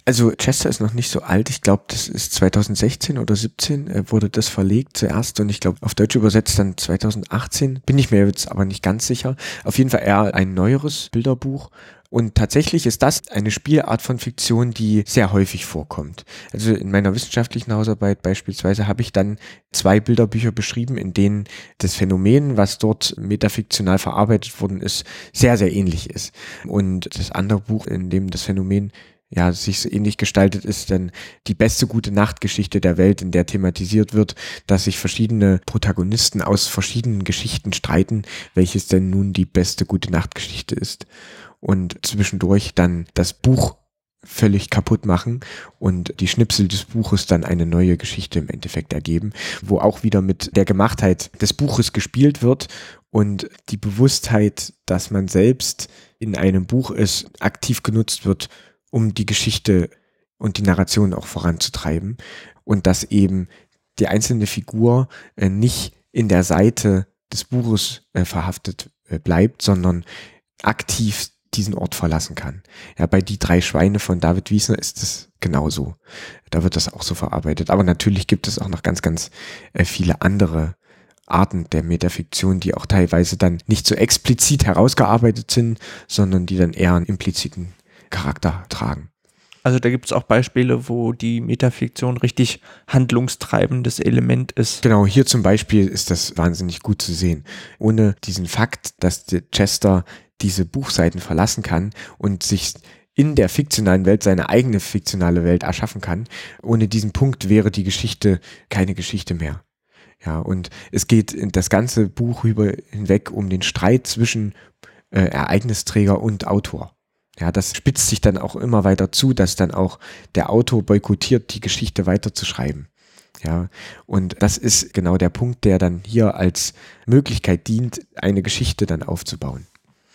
Also Chester ist noch nicht so alt. Ich glaube, das ist 2016 oder 17 wurde das verlegt zuerst und ich glaube auf Deutsch übersetzt dann 2018. Bin ich mir jetzt aber nicht ganz sicher. Auf jeden Fall eher ein neueres Bilderbuch. Und tatsächlich ist das eine Spielart von Fiktion, die sehr häufig vorkommt. Also in meiner wissenschaftlichen Hausarbeit beispielsweise habe ich dann 2 Bilderbücher beschrieben, in denen das Phänomen, was dort metafiktional verarbeitet worden ist, sehr, sehr ähnlich ist. Und das andere Buch, in dem das Phänomen sich so ähnlich gestaltet, ist dann die beste Gute-Nacht-Geschichte der Welt, in der thematisiert wird, dass sich verschiedene Protagonisten aus verschiedenen Geschichten streiten, welches denn nun die beste Gute-Nacht-Geschichte ist. Und zwischendurch dann das Buch völlig kaputt machen und die Schnipsel des Buches dann eine neue Geschichte im Endeffekt ergeben, wo auch wieder mit der Gemachtheit des Buches gespielt wird und die Bewusstheit, dass man selbst in einem Buch ist, aktiv genutzt wird, um die Geschichte und die Narration auch voranzutreiben und dass eben die einzelne Figur nicht in der Seite des Buches verhaftet bleibt, sondern aktiv diesen Ort verlassen kann. Ja, bei Die 3 Schweine von David Wiesner ist es genauso. Da wird das auch so verarbeitet. Aber natürlich gibt es auch noch ganz, ganz viele andere Arten der Metafiktion, die auch teilweise dann nicht so explizit herausgearbeitet sind, sondern die dann eher einen impliziten Charakter tragen. Also da gibt es auch Beispiele, wo die Metafiktion richtig handlungstreibendes Element ist. Genau, hier zum Beispiel ist das wahnsinnig gut zu sehen. Ohne diesen Fakt, dass der Chester diese Buchseiten verlassen kann und sich in der fiktionalen Welt seine eigene fiktionale Welt erschaffen kann, ohne diesen Punkt wäre die Geschichte keine Geschichte mehr. Ja, und es geht in das ganze Buch hinweg um den Streit zwischen Ereignisträger und Autor. Ja, das spitzt sich dann auch immer weiter zu, dass dann auch der Autor boykottiert, die Geschichte weiterzuschreiben. Ja, und das ist genau der Punkt, der dann hier als Möglichkeit dient, eine Geschichte dann aufzubauen.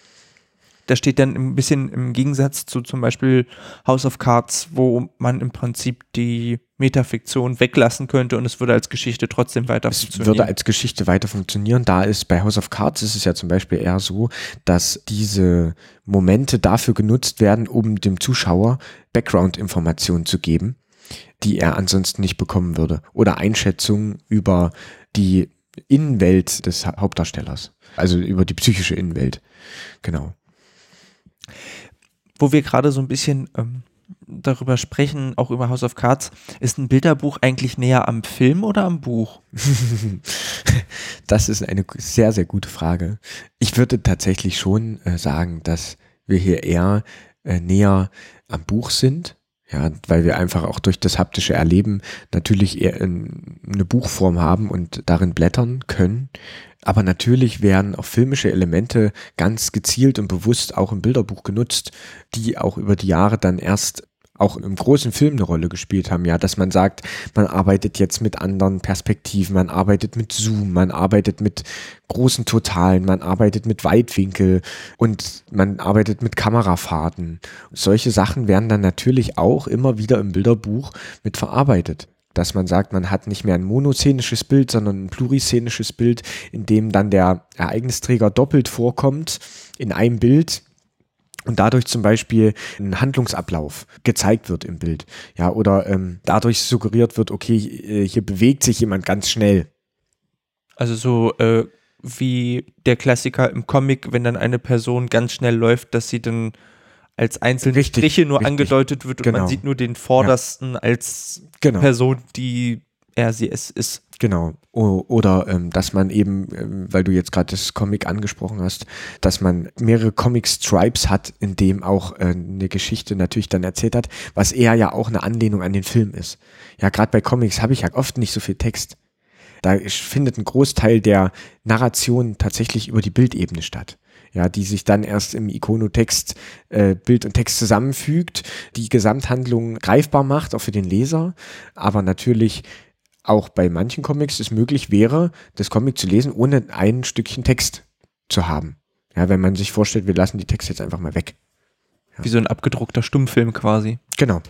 Das steht dann ein bisschen im Gegensatz zu zum Beispiel House of Cards, wo man im Prinzip die Metafiktion weglassen könnte und es würde als Geschichte trotzdem weiter funktionieren. Es würde als Geschichte weiter funktionieren. Da ist bei House of Cards ist es ja zum Beispiel eher so, dass diese Momente dafür genutzt werden, um dem Zuschauer Background-Informationen zu geben, die er ansonsten nicht bekommen würde. Oder Einschätzungen über die Innenwelt des Hauptdarstellers. Also über die psychische Innenwelt. Genau. Wo wir gerade so ein bisschen darüber sprechen, auch über House of Cards, ist ein Bilderbuch eigentlich näher am Film oder am Buch? Das ist eine sehr, sehr gute Frage. Ich würde tatsächlich schon sagen, dass wir hier eher näher am Buch sind. Ja, weil wir einfach auch durch das haptische Erleben natürlich eher eine Buchform haben und darin blättern können. Aber natürlich werden auch filmische Elemente ganz gezielt und bewusst auch im Bilderbuch genutzt, die auch über die Jahre dann erst auch im großen Film eine Rolle gespielt haben, ja, dass man sagt, man arbeitet jetzt mit anderen Perspektiven, man arbeitet mit Zoom, man arbeitet mit großen Totalen, man arbeitet mit Weitwinkel und man arbeitet mit Kamerafahrten. Solche Sachen werden dann natürlich auch immer wieder im Bilderbuch mit verarbeitet. Dass man sagt, man hat nicht mehr ein monoszenisches Bild, sondern ein pluriszenisches Bild, in dem dann der Ereignisträger doppelt vorkommt in einem Bild und dadurch zum Beispiel ein Handlungsablauf gezeigt wird im Bild. Ja, oder dadurch suggeriert wird, okay, hier bewegt sich jemand ganz schnell. Also so wie der Klassiker im Comic, wenn dann eine Person ganz schnell läuft, dass sie dann als einzelne Striche nur angedeutet wird und man sieht nur den Vordersten als Person, die sie ist. Genau. Oder dass man eben, weil du jetzt gerade das Comic angesprochen hast, dass man mehrere Comic-Stripes hat, in dem auch eine Geschichte natürlich dann erzählt hat, was eher ja auch eine Anlehnung an den Film ist. Ja, gerade bei Comics habe ich ja oft nicht so viel Text. Da findet ein Großteil der Narration tatsächlich über die Bildebene statt. Ja, die sich dann erst im Ikonotext Bild und Text zusammenfügt, die Gesamthandlung greifbar macht, auch für den Leser, aber natürlich auch bei manchen Comics es möglich wäre, das Comic zu lesen, ohne ein Stückchen Text zu haben. Ja, wenn man sich vorstellt, wir lassen die Texte jetzt einfach mal weg. Ja. Wie so ein abgedruckter Stummfilm quasi. Genau.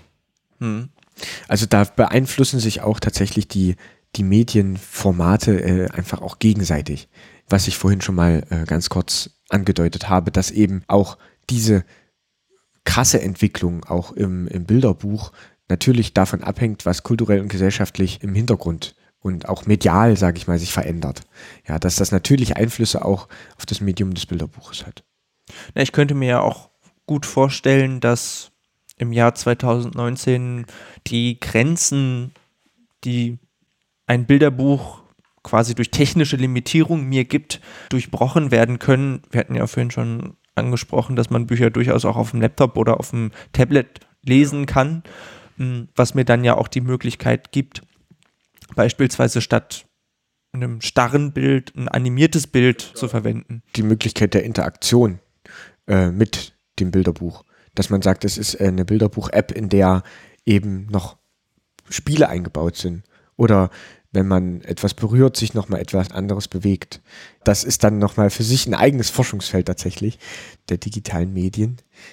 Also da beeinflussen sich auch tatsächlich die Medienformate einfach auch gegenseitig. Was ich vorhin schon mal ganz kurz angedeutet habe, dass eben auch diese krasse Entwicklung auch im Bilderbuch natürlich davon abhängt, was kulturell und gesellschaftlich im Hintergrund und auch medial, sage ich mal, sich verändert. Ja, dass das natürlich Einflüsse auch auf das Medium des Bilderbuches hat. Na, ich könnte mir ja auch gut vorstellen, dass im Jahr 2019 die Grenzen, die ein Bilderbuch quasi durch technische Limitierung mir gibt, durchbrochen werden können. Wir hatten ja vorhin schon angesprochen, dass man Bücher durchaus auch auf dem Laptop oder auf dem Tablet lesen kann, was mir dann ja auch die Möglichkeit gibt, beispielsweise statt einem starren Bild ein animiertes Bild zu verwenden. Die Möglichkeit der Interaktion mit dem Bilderbuch. Dass man sagt, es ist eine Bilderbuch-App, in der eben noch Spiele eingebaut sind. Oder wenn man etwas berührt, sich nochmal etwas anderes bewegt. Das ist dann nochmal für sich ein eigenes Forschungsfeld tatsächlich, der digitalen Medien.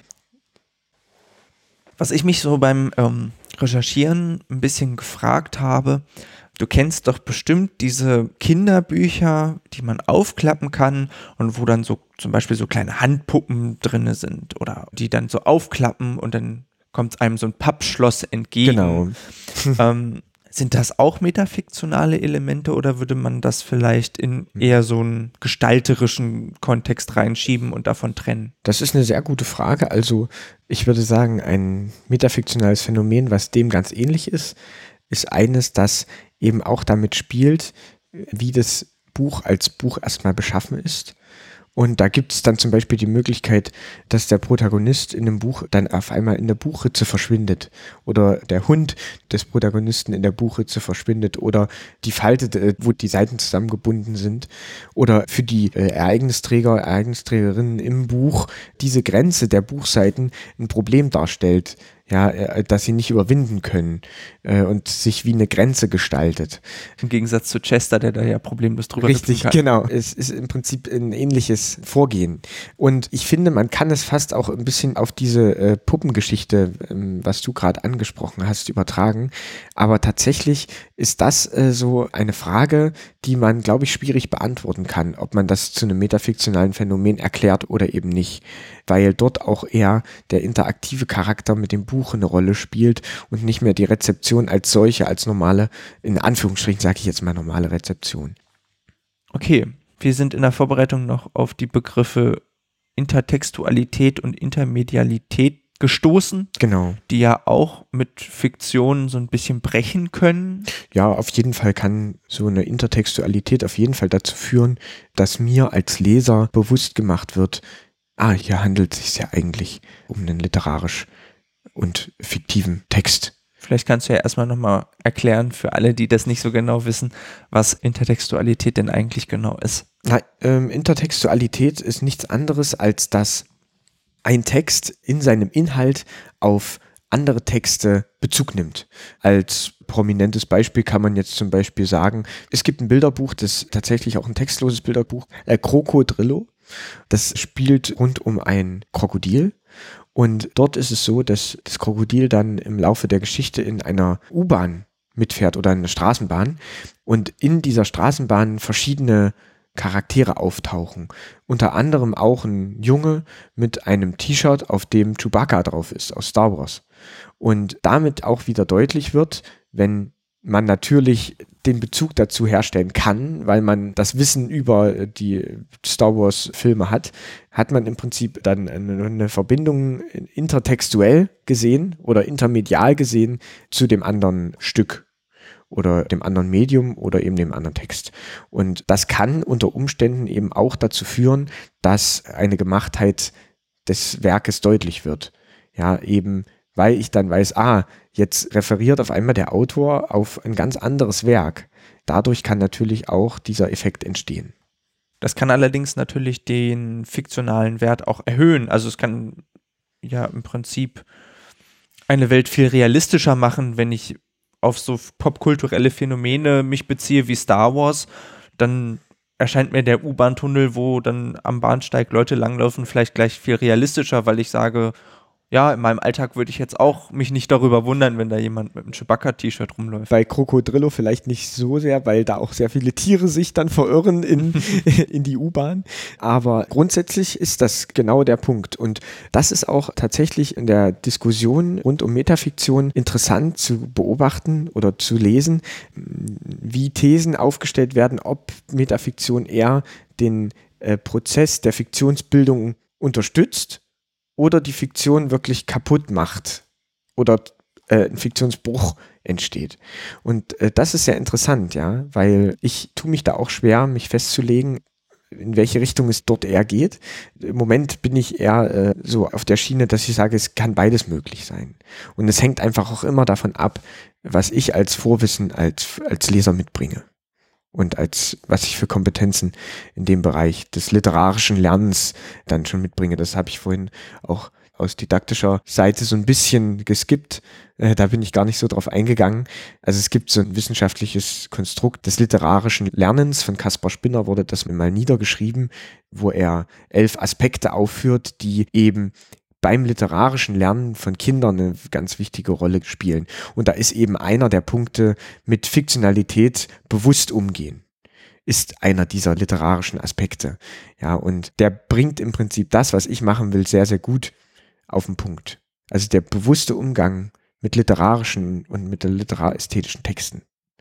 Was ich mich so beim Recherchieren ein bisschen gefragt habe, du kennst doch bestimmt diese Kinderbücher, die man aufklappen kann und wo dann so zum Beispiel so kleine Handpuppen drin sind oder die dann so aufklappen und dann kommt einem so ein Pappschloss entgegen. Genau. Sind das auch metafiktionale Elemente oder würde man das vielleicht in eher so einen gestalterischen Kontext reinschieben und davon trennen? Das ist eine sehr gute Frage. Also ich würde sagen, ein metafiktionales Phänomen, was dem ganz ähnlich ist eines, das eben auch damit spielt, wie das Buch als Buch erstmal beschaffen ist. Und da gibt es dann zum Beispiel die Möglichkeit, dass der Protagonist in dem Buch dann auf einmal in der Buchritze verschwindet oder der Hund des Protagonisten in der Buchritze verschwindet oder die Falte, wo die Seiten zusammengebunden sind oder für die Ereignisträger, Ereignisträgerinnen im Buch diese Grenze der Buchseiten ein Problem darstellt. Ja, dass sie nicht überwinden können und sich wie eine Grenze gestaltet. Im Gegensatz zu Chester, der da ja problemlos drüber Richtig, kann. genau. Es ist im Prinzip ein ähnliches Vorgehen. Und ich finde, man kann es fast auch ein bisschen auf diese Puppengeschichte, was du gerade angesprochen hast, übertragen. Aber tatsächlich ist das so eine Frage, die man, glaube ich, schwierig beantworten kann, ob man das zu einem metafiktionalen Phänomen erklärt oder eben nicht. Weil dort auch eher der interaktive Charakter mit dem Buch eine Rolle spielt und nicht mehr die Rezeption als solche, als normale, in Anführungsstrichen sage ich jetzt mal normale Rezeption. Okay, wir sind in der Vorbereitung noch auf die Begriffe Intertextualität und Intermedialität gestoßen, Genau. Die ja auch mit Fiktion so ein bisschen brechen können. Ja, auf jeden Fall kann so eine Intertextualität auf jeden Fall dazu führen, dass mir als Leser bewusst gemacht wird, hier handelt es sich ja eigentlich um einen literarisch und fiktiven Text. Vielleicht kannst du ja erstmal nochmal erklären für alle, die das nicht so genau wissen, was Intertextualität denn eigentlich genau ist. Intertextualität ist nichts anderes, als dass ein Text in seinem Inhalt auf andere Texte Bezug nimmt. Als prominentes Beispiel kann man jetzt zum Beispiel sagen, es gibt ein Bilderbuch, das ist tatsächlich auch ein textloses Bilderbuch, Krokodrillo. Das spielt rund um ein Krokodil und dort ist es so, dass das Krokodil dann im Laufe der Geschichte in einer U-Bahn mitfährt oder in einer Straßenbahn und in dieser Straßenbahn verschiedene Charaktere auftauchen. Unter anderem auch ein Junge mit einem T-Shirt, auf dem Chewbacca drauf ist, aus Star Wars. Und damit auch wieder deutlich wird, wenn man natürlich den Bezug dazu herstellen kann, weil man das Wissen über die Star Wars Filme hat man im Prinzip dann eine Verbindung intertextuell gesehen oder intermedial gesehen zu dem anderen Stück oder dem anderen Medium oder eben dem anderen Text. Und das kann unter Umständen eben auch dazu führen, dass eine Gemachtheit des Werkes deutlich wird. Ja, eben weil ich dann weiß, jetzt referiert auf einmal der Autor auf ein ganz anderes Werk. Dadurch kann natürlich auch dieser Effekt entstehen. Das kann allerdings natürlich den fiktionalen Wert auch erhöhen. Also es kann ja im Prinzip eine Welt viel realistischer machen, wenn ich auf so popkulturelle Phänomene mich beziehe wie Star Wars, dann erscheint mir der U-Bahn-Tunnel, wo dann am Bahnsteig Leute langlaufen, vielleicht gleich viel realistischer, weil ich sage, Ja, in meinem Alltag würde ich jetzt auch mich nicht darüber wundern, wenn da jemand mit einem Chewbacca-T-Shirt rumläuft. Bei Krokodrillo vielleicht nicht so sehr, weil da auch sehr viele Tiere sich dann verirren in die U-Bahn. Aber grundsätzlich ist das genau der Punkt. Und das ist auch tatsächlich in der Diskussion rund um Metafiktion interessant zu beobachten oder zu lesen, wie Thesen aufgestellt werden, ob Metafiktion eher den Prozess der Fiktionsbildung unterstützt oder die Fiktion wirklich kaputt macht oder ein Fiktionsbruch entsteht. Und das ist sehr interessant, ja, weil ich tue mich da auch schwer, mich festzulegen, in welche Richtung es dort eher geht. Im Moment bin ich eher so auf der Schiene, dass ich sage, es kann beides möglich sein. Und es hängt einfach auch immer davon ab, was ich als Vorwissen als Leser mitbringe. Und was ich für Kompetenzen in dem Bereich des literarischen Lernens dann schon mitbringe. Das habe ich vorhin auch aus didaktischer Seite so ein bisschen geskippt. Da bin ich gar nicht so drauf eingegangen. Also es gibt so ein wissenschaftliches Konstrukt des literarischen Lernens. Von Kaspar Spinner wurde das mal niedergeschrieben, wo er 11 Aspekte aufführt, die eben beim literarischen Lernen von Kindern eine ganz wichtige Rolle spielen. Und da ist eben einer der Punkte mit Fiktionalität bewusst umgehen. Ist einer dieser literarischen Aspekte. Ja, und der bringt im Prinzip das, was ich machen will, sehr, sehr gut auf den Punkt. Also der bewusste Umgang mit literarischen und mit literarästhetischen Texten.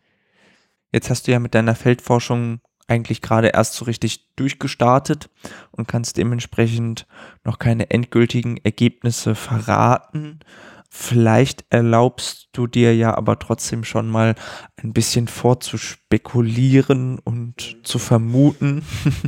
Jetzt hast du ja mit deiner Feldforschung eigentlich gerade erst so richtig durchgestartet und kannst dementsprechend noch keine endgültigen Ergebnisse verraten. Vielleicht erlaubst du dir ja aber trotzdem schon mal ein bisschen vorzuspekulieren und zu vermuten.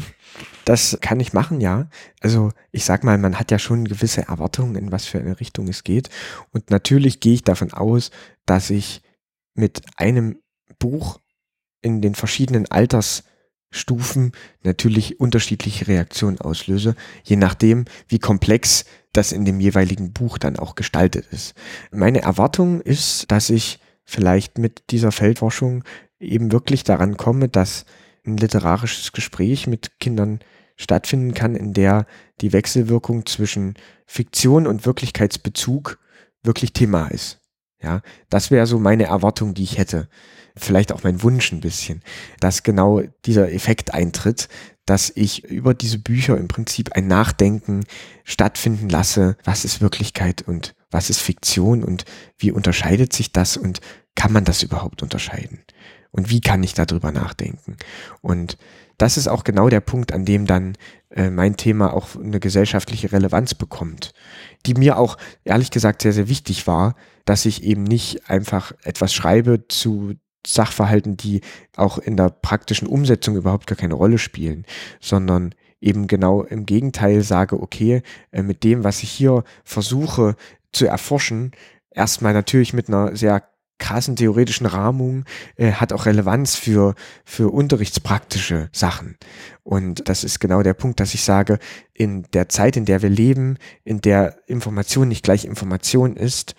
Das kann ich machen, ja. Also ich sag mal, man hat ja schon gewisse Erwartungen, in was für eine Richtung es geht. Und natürlich gehe ich davon aus, dass ich mit einem Buch in den verschiedenen Altersstufen natürlich unterschiedliche Reaktionen auslöse, je nachdem, wie komplex das in dem jeweiligen Buch dann auch gestaltet ist. Meine Erwartung ist, dass ich vielleicht mit dieser Feldforschung eben wirklich daran komme, dass ein literarisches Gespräch mit Kindern stattfinden kann, in der die Wechselwirkung zwischen Fiktion und Wirklichkeitsbezug wirklich Thema ist. Ja, das wäre so meine Erwartung, die ich hätte. Vielleicht auch mein Wunsch ein bisschen, dass genau dieser Effekt eintritt, dass ich über diese Bücher im Prinzip ein Nachdenken stattfinden lasse, was ist Wirklichkeit und was ist Fiktion und wie unterscheidet sich das und kann man das überhaupt unterscheiden? Und wie kann ich darüber nachdenken? Und das ist auch genau der Punkt, an dem dann mein Thema auch eine gesellschaftliche Relevanz bekommt, die mir auch ehrlich gesagt sehr, sehr wichtig war, dass ich eben nicht einfach etwas schreibe zu Sachverhalten, die auch in der praktischen Umsetzung überhaupt gar keine Rolle spielen, sondern eben genau im Gegenteil sage, okay, mit dem, was ich hier versuche zu erforschen, erstmal natürlich mit einer sehr krassen theoretischen Rahmung, hat auch Relevanz für unterrichtspraktische Sachen. Und das ist genau der Punkt, dass ich sage, in der Zeit, in der wir leben, in der Information nicht gleich Information ist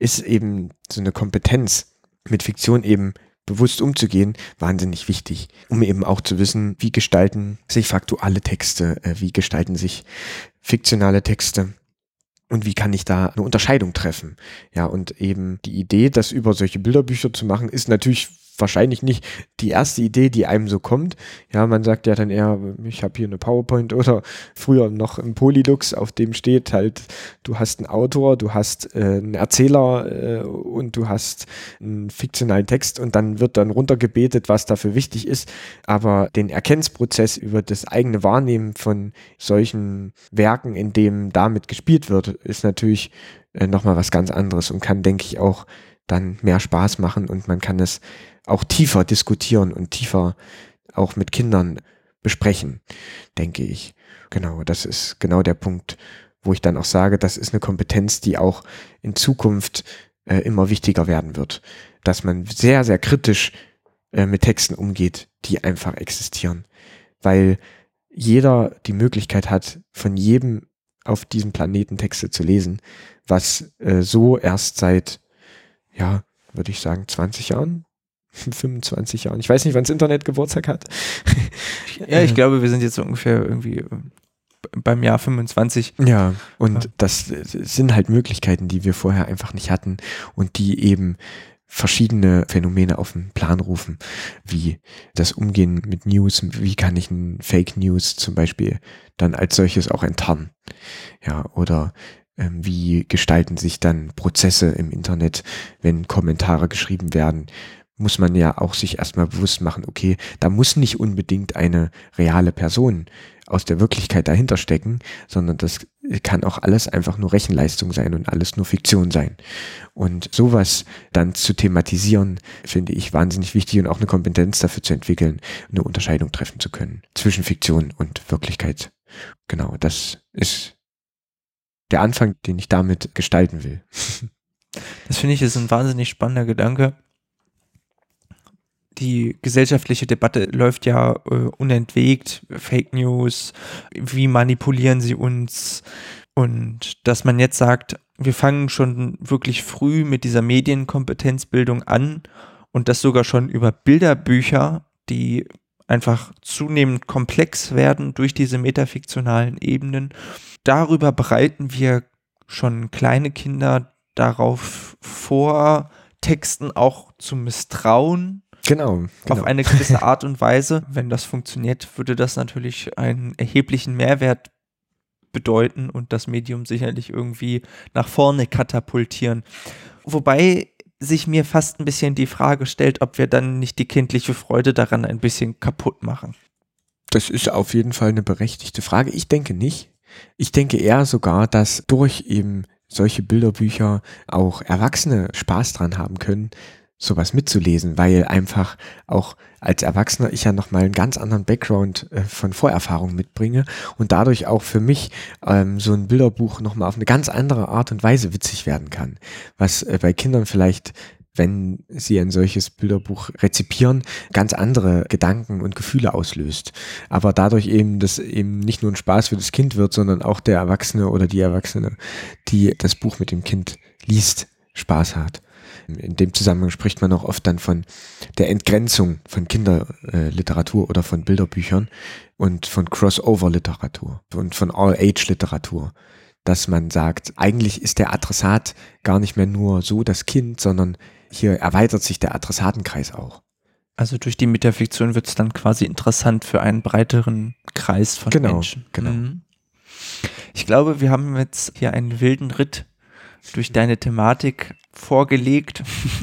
eben so eine Kompetenz, mit Fiktion eben bewusst umzugehen, wahnsinnig wichtig, um eben auch zu wissen, wie gestalten sich faktuelle Texte, wie gestalten sich fiktionale Texte und wie kann ich da eine Unterscheidung treffen. Ja, und eben die Idee, das über solche Bilderbücher zu machen, ist natürlich wahrscheinlich nicht die erste Idee, die einem so kommt. Ja, man sagt ja dann eher, ich habe hier eine PowerPoint oder früher noch ein Polylux, auf dem steht halt, du hast einen Autor, du hast einen Erzähler und du hast einen fiktionalen Text und dann wird dann runtergebetet, was dafür wichtig ist. Aber den Erkennungsprozess über das eigene Wahrnehmen von solchen Werken, in dem damit gespielt wird, ist natürlich nochmal was ganz anderes und kann, denke ich, auch dann mehr Spaß machen und man kann es auch tiefer diskutieren und tiefer auch mit Kindern besprechen, denke ich. Genau, das ist genau der Punkt, wo ich dann auch sage, das ist eine Kompetenz, die auch in Zukunft immer wichtiger werden wird. Dass man sehr, sehr kritisch mit Texten umgeht, die einfach existieren. Weil jeder die Möglichkeit hat, von jedem auf diesem Planeten Texte zu lesen, was so erst seit, ja, würde ich sagen, 20 Jahren, 25 Jahren. Ich weiß nicht, wann das Internet Geburtstag hat. Ja, ich glaube, wir sind jetzt ungefähr irgendwie beim Jahr 25. Ja, und das sind halt Möglichkeiten, die wir vorher einfach nicht hatten und die eben verschiedene Phänomene auf den Plan rufen, wie das Umgehen mit News, wie kann ich ein Fake News zum Beispiel dann als solches auch enttarnen, ja, oder wie gestalten sich dann Prozesse im Internet, wenn Kommentare geschrieben werden, muss man ja auch sich erstmal bewusst machen, okay, da muss nicht unbedingt eine reale Person aus der Wirklichkeit dahinter stecken, sondern das kann auch alles einfach nur Rechenleistung sein und alles nur Fiktion sein. Und sowas dann zu thematisieren, finde ich wahnsinnig wichtig und auch eine Kompetenz dafür zu entwickeln, eine Unterscheidung treffen zu können zwischen Fiktion und Wirklichkeit. Genau, das ist der Anfang, den ich damit gestalten will. Das finde ich ist ein wahnsinnig spannender Gedanke. Die gesellschaftliche Debatte läuft ja unentwegt, Fake News, wie manipulieren sie uns, und dass man jetzt sagt, wir fangen schon wirklich früh mit dieser Medienkompetenzbildung an und das sogar schon über Bilderbücher, die einfach zunehmend komplex werden durch diese metafiktionalen Ebenen. Darüber bereiten wir schon kleine Kinder darauf vor, Texten auch zu misstrauen. Genau. Auf eine gewisse Art und Weise. Wenn das funktioniert, würde das natürlich einen erheblichen Mehrwert bedeuten und das Medium sicherlich irgendwie nach vorne katapultieren. Wobei sich mir fast ein bisschen die Frage stellt, ob wir dann nicht die kindliche Freude daran ein bisschen kaputt machen. Das ist auf jeden Fall eine berechtigte Frage. Ich denke nicht. Ich denke eher sogar, dass durch eben solche Bilderbücher auch Erwachsene Spaß dran haben können, sowas mitzulesen, weil einfach auch als Erwachsener ich ja nochmal einen ganz anderen Background von Vorerfahrung mitbringe und dadurch auch für mich so ein Bilderbuch nochmal auf eine ganz andere Art und Weise witzig werden kann, was bei Kindern vielleicht, wenn sie ein solches Bilderbuch rezipieren, ganz andere Gedanken und Gefühle auslöst. Aber dadurch eben, dass eben nicht nur ein Spaß für das Kind wird, sondern auch der Erwachsene oder die Erwachsene, die das Buch mit dem Kind liest, Spaß hat. In dem Zusammenhang spricht man auch oft dann von der Entgrenzung von Kinderliteratur oder von Bilderbüchern und von Crossover-Literatur und von All-Age-Literatur, dass man sagt, eigentlich ist der Adressat gar nicht mehr nur so das Kind, sondern hier erweitert sich der Adressatenkreis auch. Also durch die Metafiktion wird es dann quasi interessant für einen breiteren Kreis von Menschen. Genau. Ich glaube, wir haben jetzt hier einen wilden Ritt durch deine Thematik vorgelegt.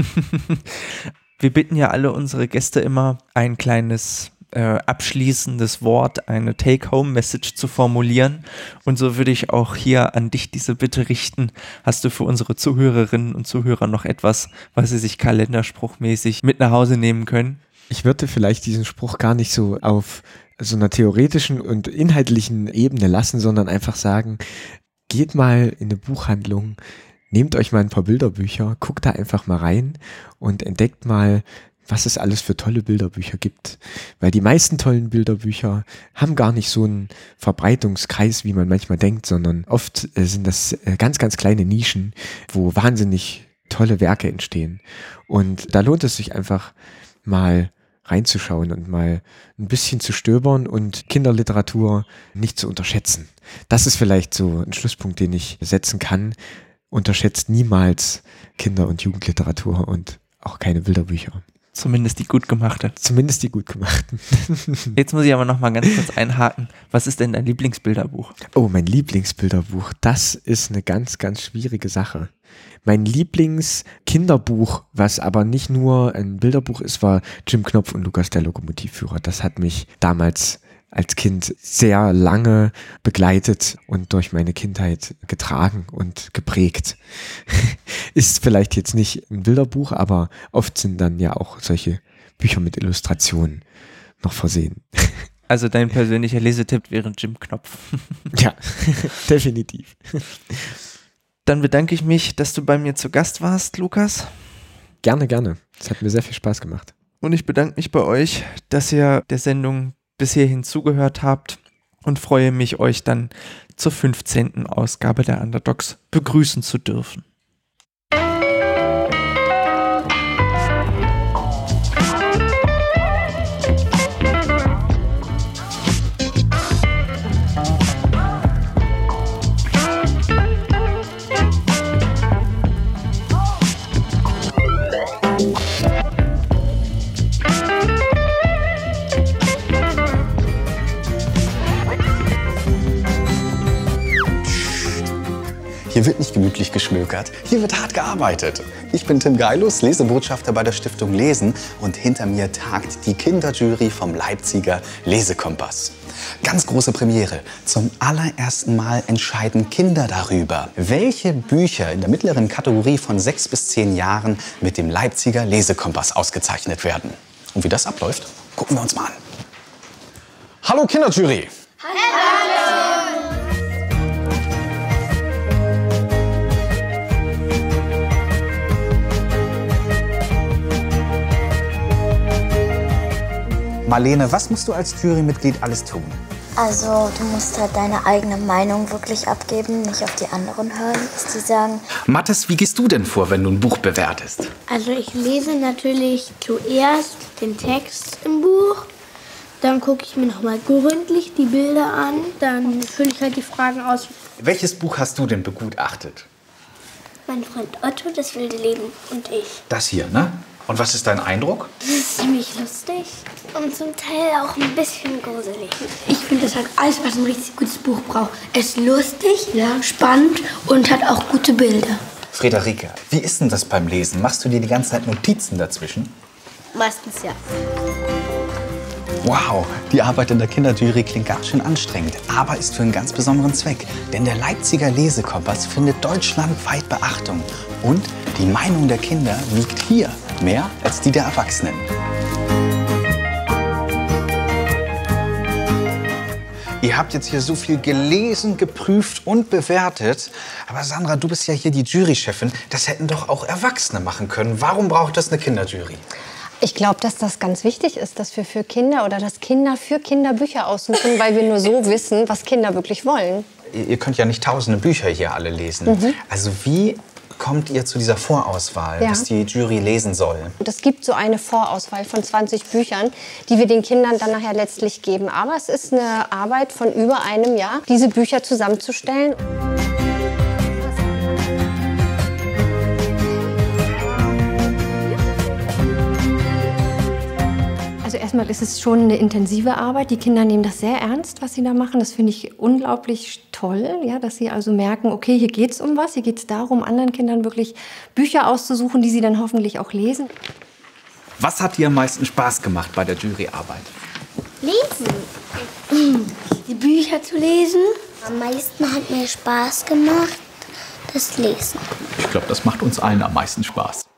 Wir bitten ja alle unsere Gäste immer, ein kleines abschließendes Wort, eine Take-Home-Message zu formulieren. Und so würde ich auch hier an dich diese Bitte richten. Hast du für unsere Zuhörerinnen und Zuhörer noch etwas, was sie sich kalenderspruchmäßig mit nach Hause nehmen können? Ich würde vielleicht diesen Spruch gar nicht so auf so einer theoretischen und inhaltlichen Ebene lassen, sondern einfach sagen, geht mal in eine Buchhandlung, nehmt euch mal ein paar Bilderbücher, guckt da einfach mal rein und entdeckt mal, was es alles für tolle Bilderbücher gibt. Weil die meisten tollen Bilderbücher haben gar nicht so einen Verbreitungskreis, wie man manchmal denkt, sondern oft sind das ganz, ganz kleine Nischen, wo wahnsinnig tolle Werke entstehen. Und da lohnt es sich einfach mal reinzuschauen und mal ein bisschen zu stöbern und Kinderliteratur nicht zu unterschätzen. Das ist vielleicht so ein Schlusspunkt, den ich setzen kann. Unterschätzt niemals Kinder- und Jugendliteratur und auch keine Bilderbücher. Zumindest die gut gemachte. Zumindest die gut gemachten. Jetzt muss ich aber noch mal ganz kurz einhaken. Was ist denn dein Lieblingsbilderbuch? Oh, mein Lieblingsbilderbuch. Das ist eine ganz, ganz schwierige Sache. Mein Lieblingskinderbuch, was aber nicht nur ein Bilderbuch ist, war Jim Knopf und Lukas der Lokomotivführer. Das hat mich damals als Kind sehr lange begleitet und durch meine Kindheit getragen und geprägt. Ist vielleicht jetzt nicht ein Bilderbuch, aber oft sind dann ja auch solche Bücher mit Illustrationen noch versehen. Also dein persönlicher Lesetipp wäre Jim Knopf. Ja, definitiv. Dann bedanke ich mich, dass du bei mir zu Gast warst, Lukas. Gerne, gerne. Es hat mir sehr viel Spaß gemacht. Und ich bedanke mich bei euch, dass ihr der Sendung bis hierhin zugehört habt und freue mich, euch dann zur 15. Ausgabe der Underdogs begrüßen zu dürfen. Hier wird nicht gemütlich geschmökert, hier wird hart gearbeitet. Ich bin Tim Geilus, Lesebotschafter bei der Stiftung Lesen und hinter mir tagt die Kinderjury vom Leipziger Lesekompass. Ganz große Premiere. Zum allerersten Mal entscheiden Kinder darüber, welche Bücher in der mittleren Kategorie von 6 bis 10 Jahren mit dem Leipziger Lesekompass ausgezeichnet werden. Und wie das abläuft, gucken wir uns mal an. Hallo Kinderjury! Marlene, was musst du als Jurymitglied alles tun? Also du musst halt deine eigene Meinung wirklich abgeben, nicht auf die anderen hören, was die sagen. Mathis, wie gehst du denn vor, wenn du ein Buch bewertest? Also ich lese natürlich zuerst den Text im Buch, dann gucke ich mir nochmal gründlich die Bilder an, dann fülle ich halt die Fragen aus. Welches Buch hast du denn begutachtet? Mein Freund Otto, das wilde Leben und ich. Das hier, ne? Und was ist dein Eindruck? Das ist ziemlich lustig und zum Teil auch ein bisschen gruselig. Ich finde, das hat alles, was ein richtig gutes Buch braucht. Es ist lustig, ja, spannend und hat auch gute Bilder. Friederike, wie ist denn das beim Lesen? Machst du dir die ganze Zeit Notizen dazwischen? Meistens ja. Wow, die Arbeit in der Kinderjury klingt ganz schön anstrengend, aber ist für einen ganz besonderen Zweck. Denn der Leipziger Lesekompass findet deutschlandweit Beachtung. Und die Meinung der Kinder wiegt hier mehr als die der Erwachsenen. Ihr habt jetzt hier so viel gelesen, geprüft und bewertet. Aber Sandra, du bist ja hier die Jurychefin. Das hätten doch auch Erwachsene machen können. Warum braucht das eine Kinderjury? Ich glaube, dass das ganz wichtig ist, dass wir für Kinder oder dass Kinder für Kinder Bücher aussuchen, weil wir nur so wissen, was Kinder wirklich wollen. Ihr könnt ja nicht tausende Bücher hier alle lesen. Also wie kommt ihr zu dieser Vorauswahl, dass die Jury lesen soll? Und es gibt so eine Vorauswahl von 20 Büchern, die wir den Kindern dann nachher letztlich geben. Aber es ist eine Arbeit von über einem Jahr, diese Bücher zusammenzustellen. Also erstmal ist es schon eine intensive Arbeit. Die Kinder nehmen das sehr ernst, was sie da machen. Das finde ich unglaublich toll, ja, dass sie also merken, okay, hier geht es um was. Hier geht es darum, anderen Kindern wirklich Bücher auszusuchen, die sie dann hoffentlich auch lesen. Was hat dir am meisten Spaß gemacht bei der Juryarbeit? Lesen. Die Bücher zu lesen. Am meisten hat mir Spaß gemacht, das Lesen. Ich glaube, das macht uns allen am meisten Spaß.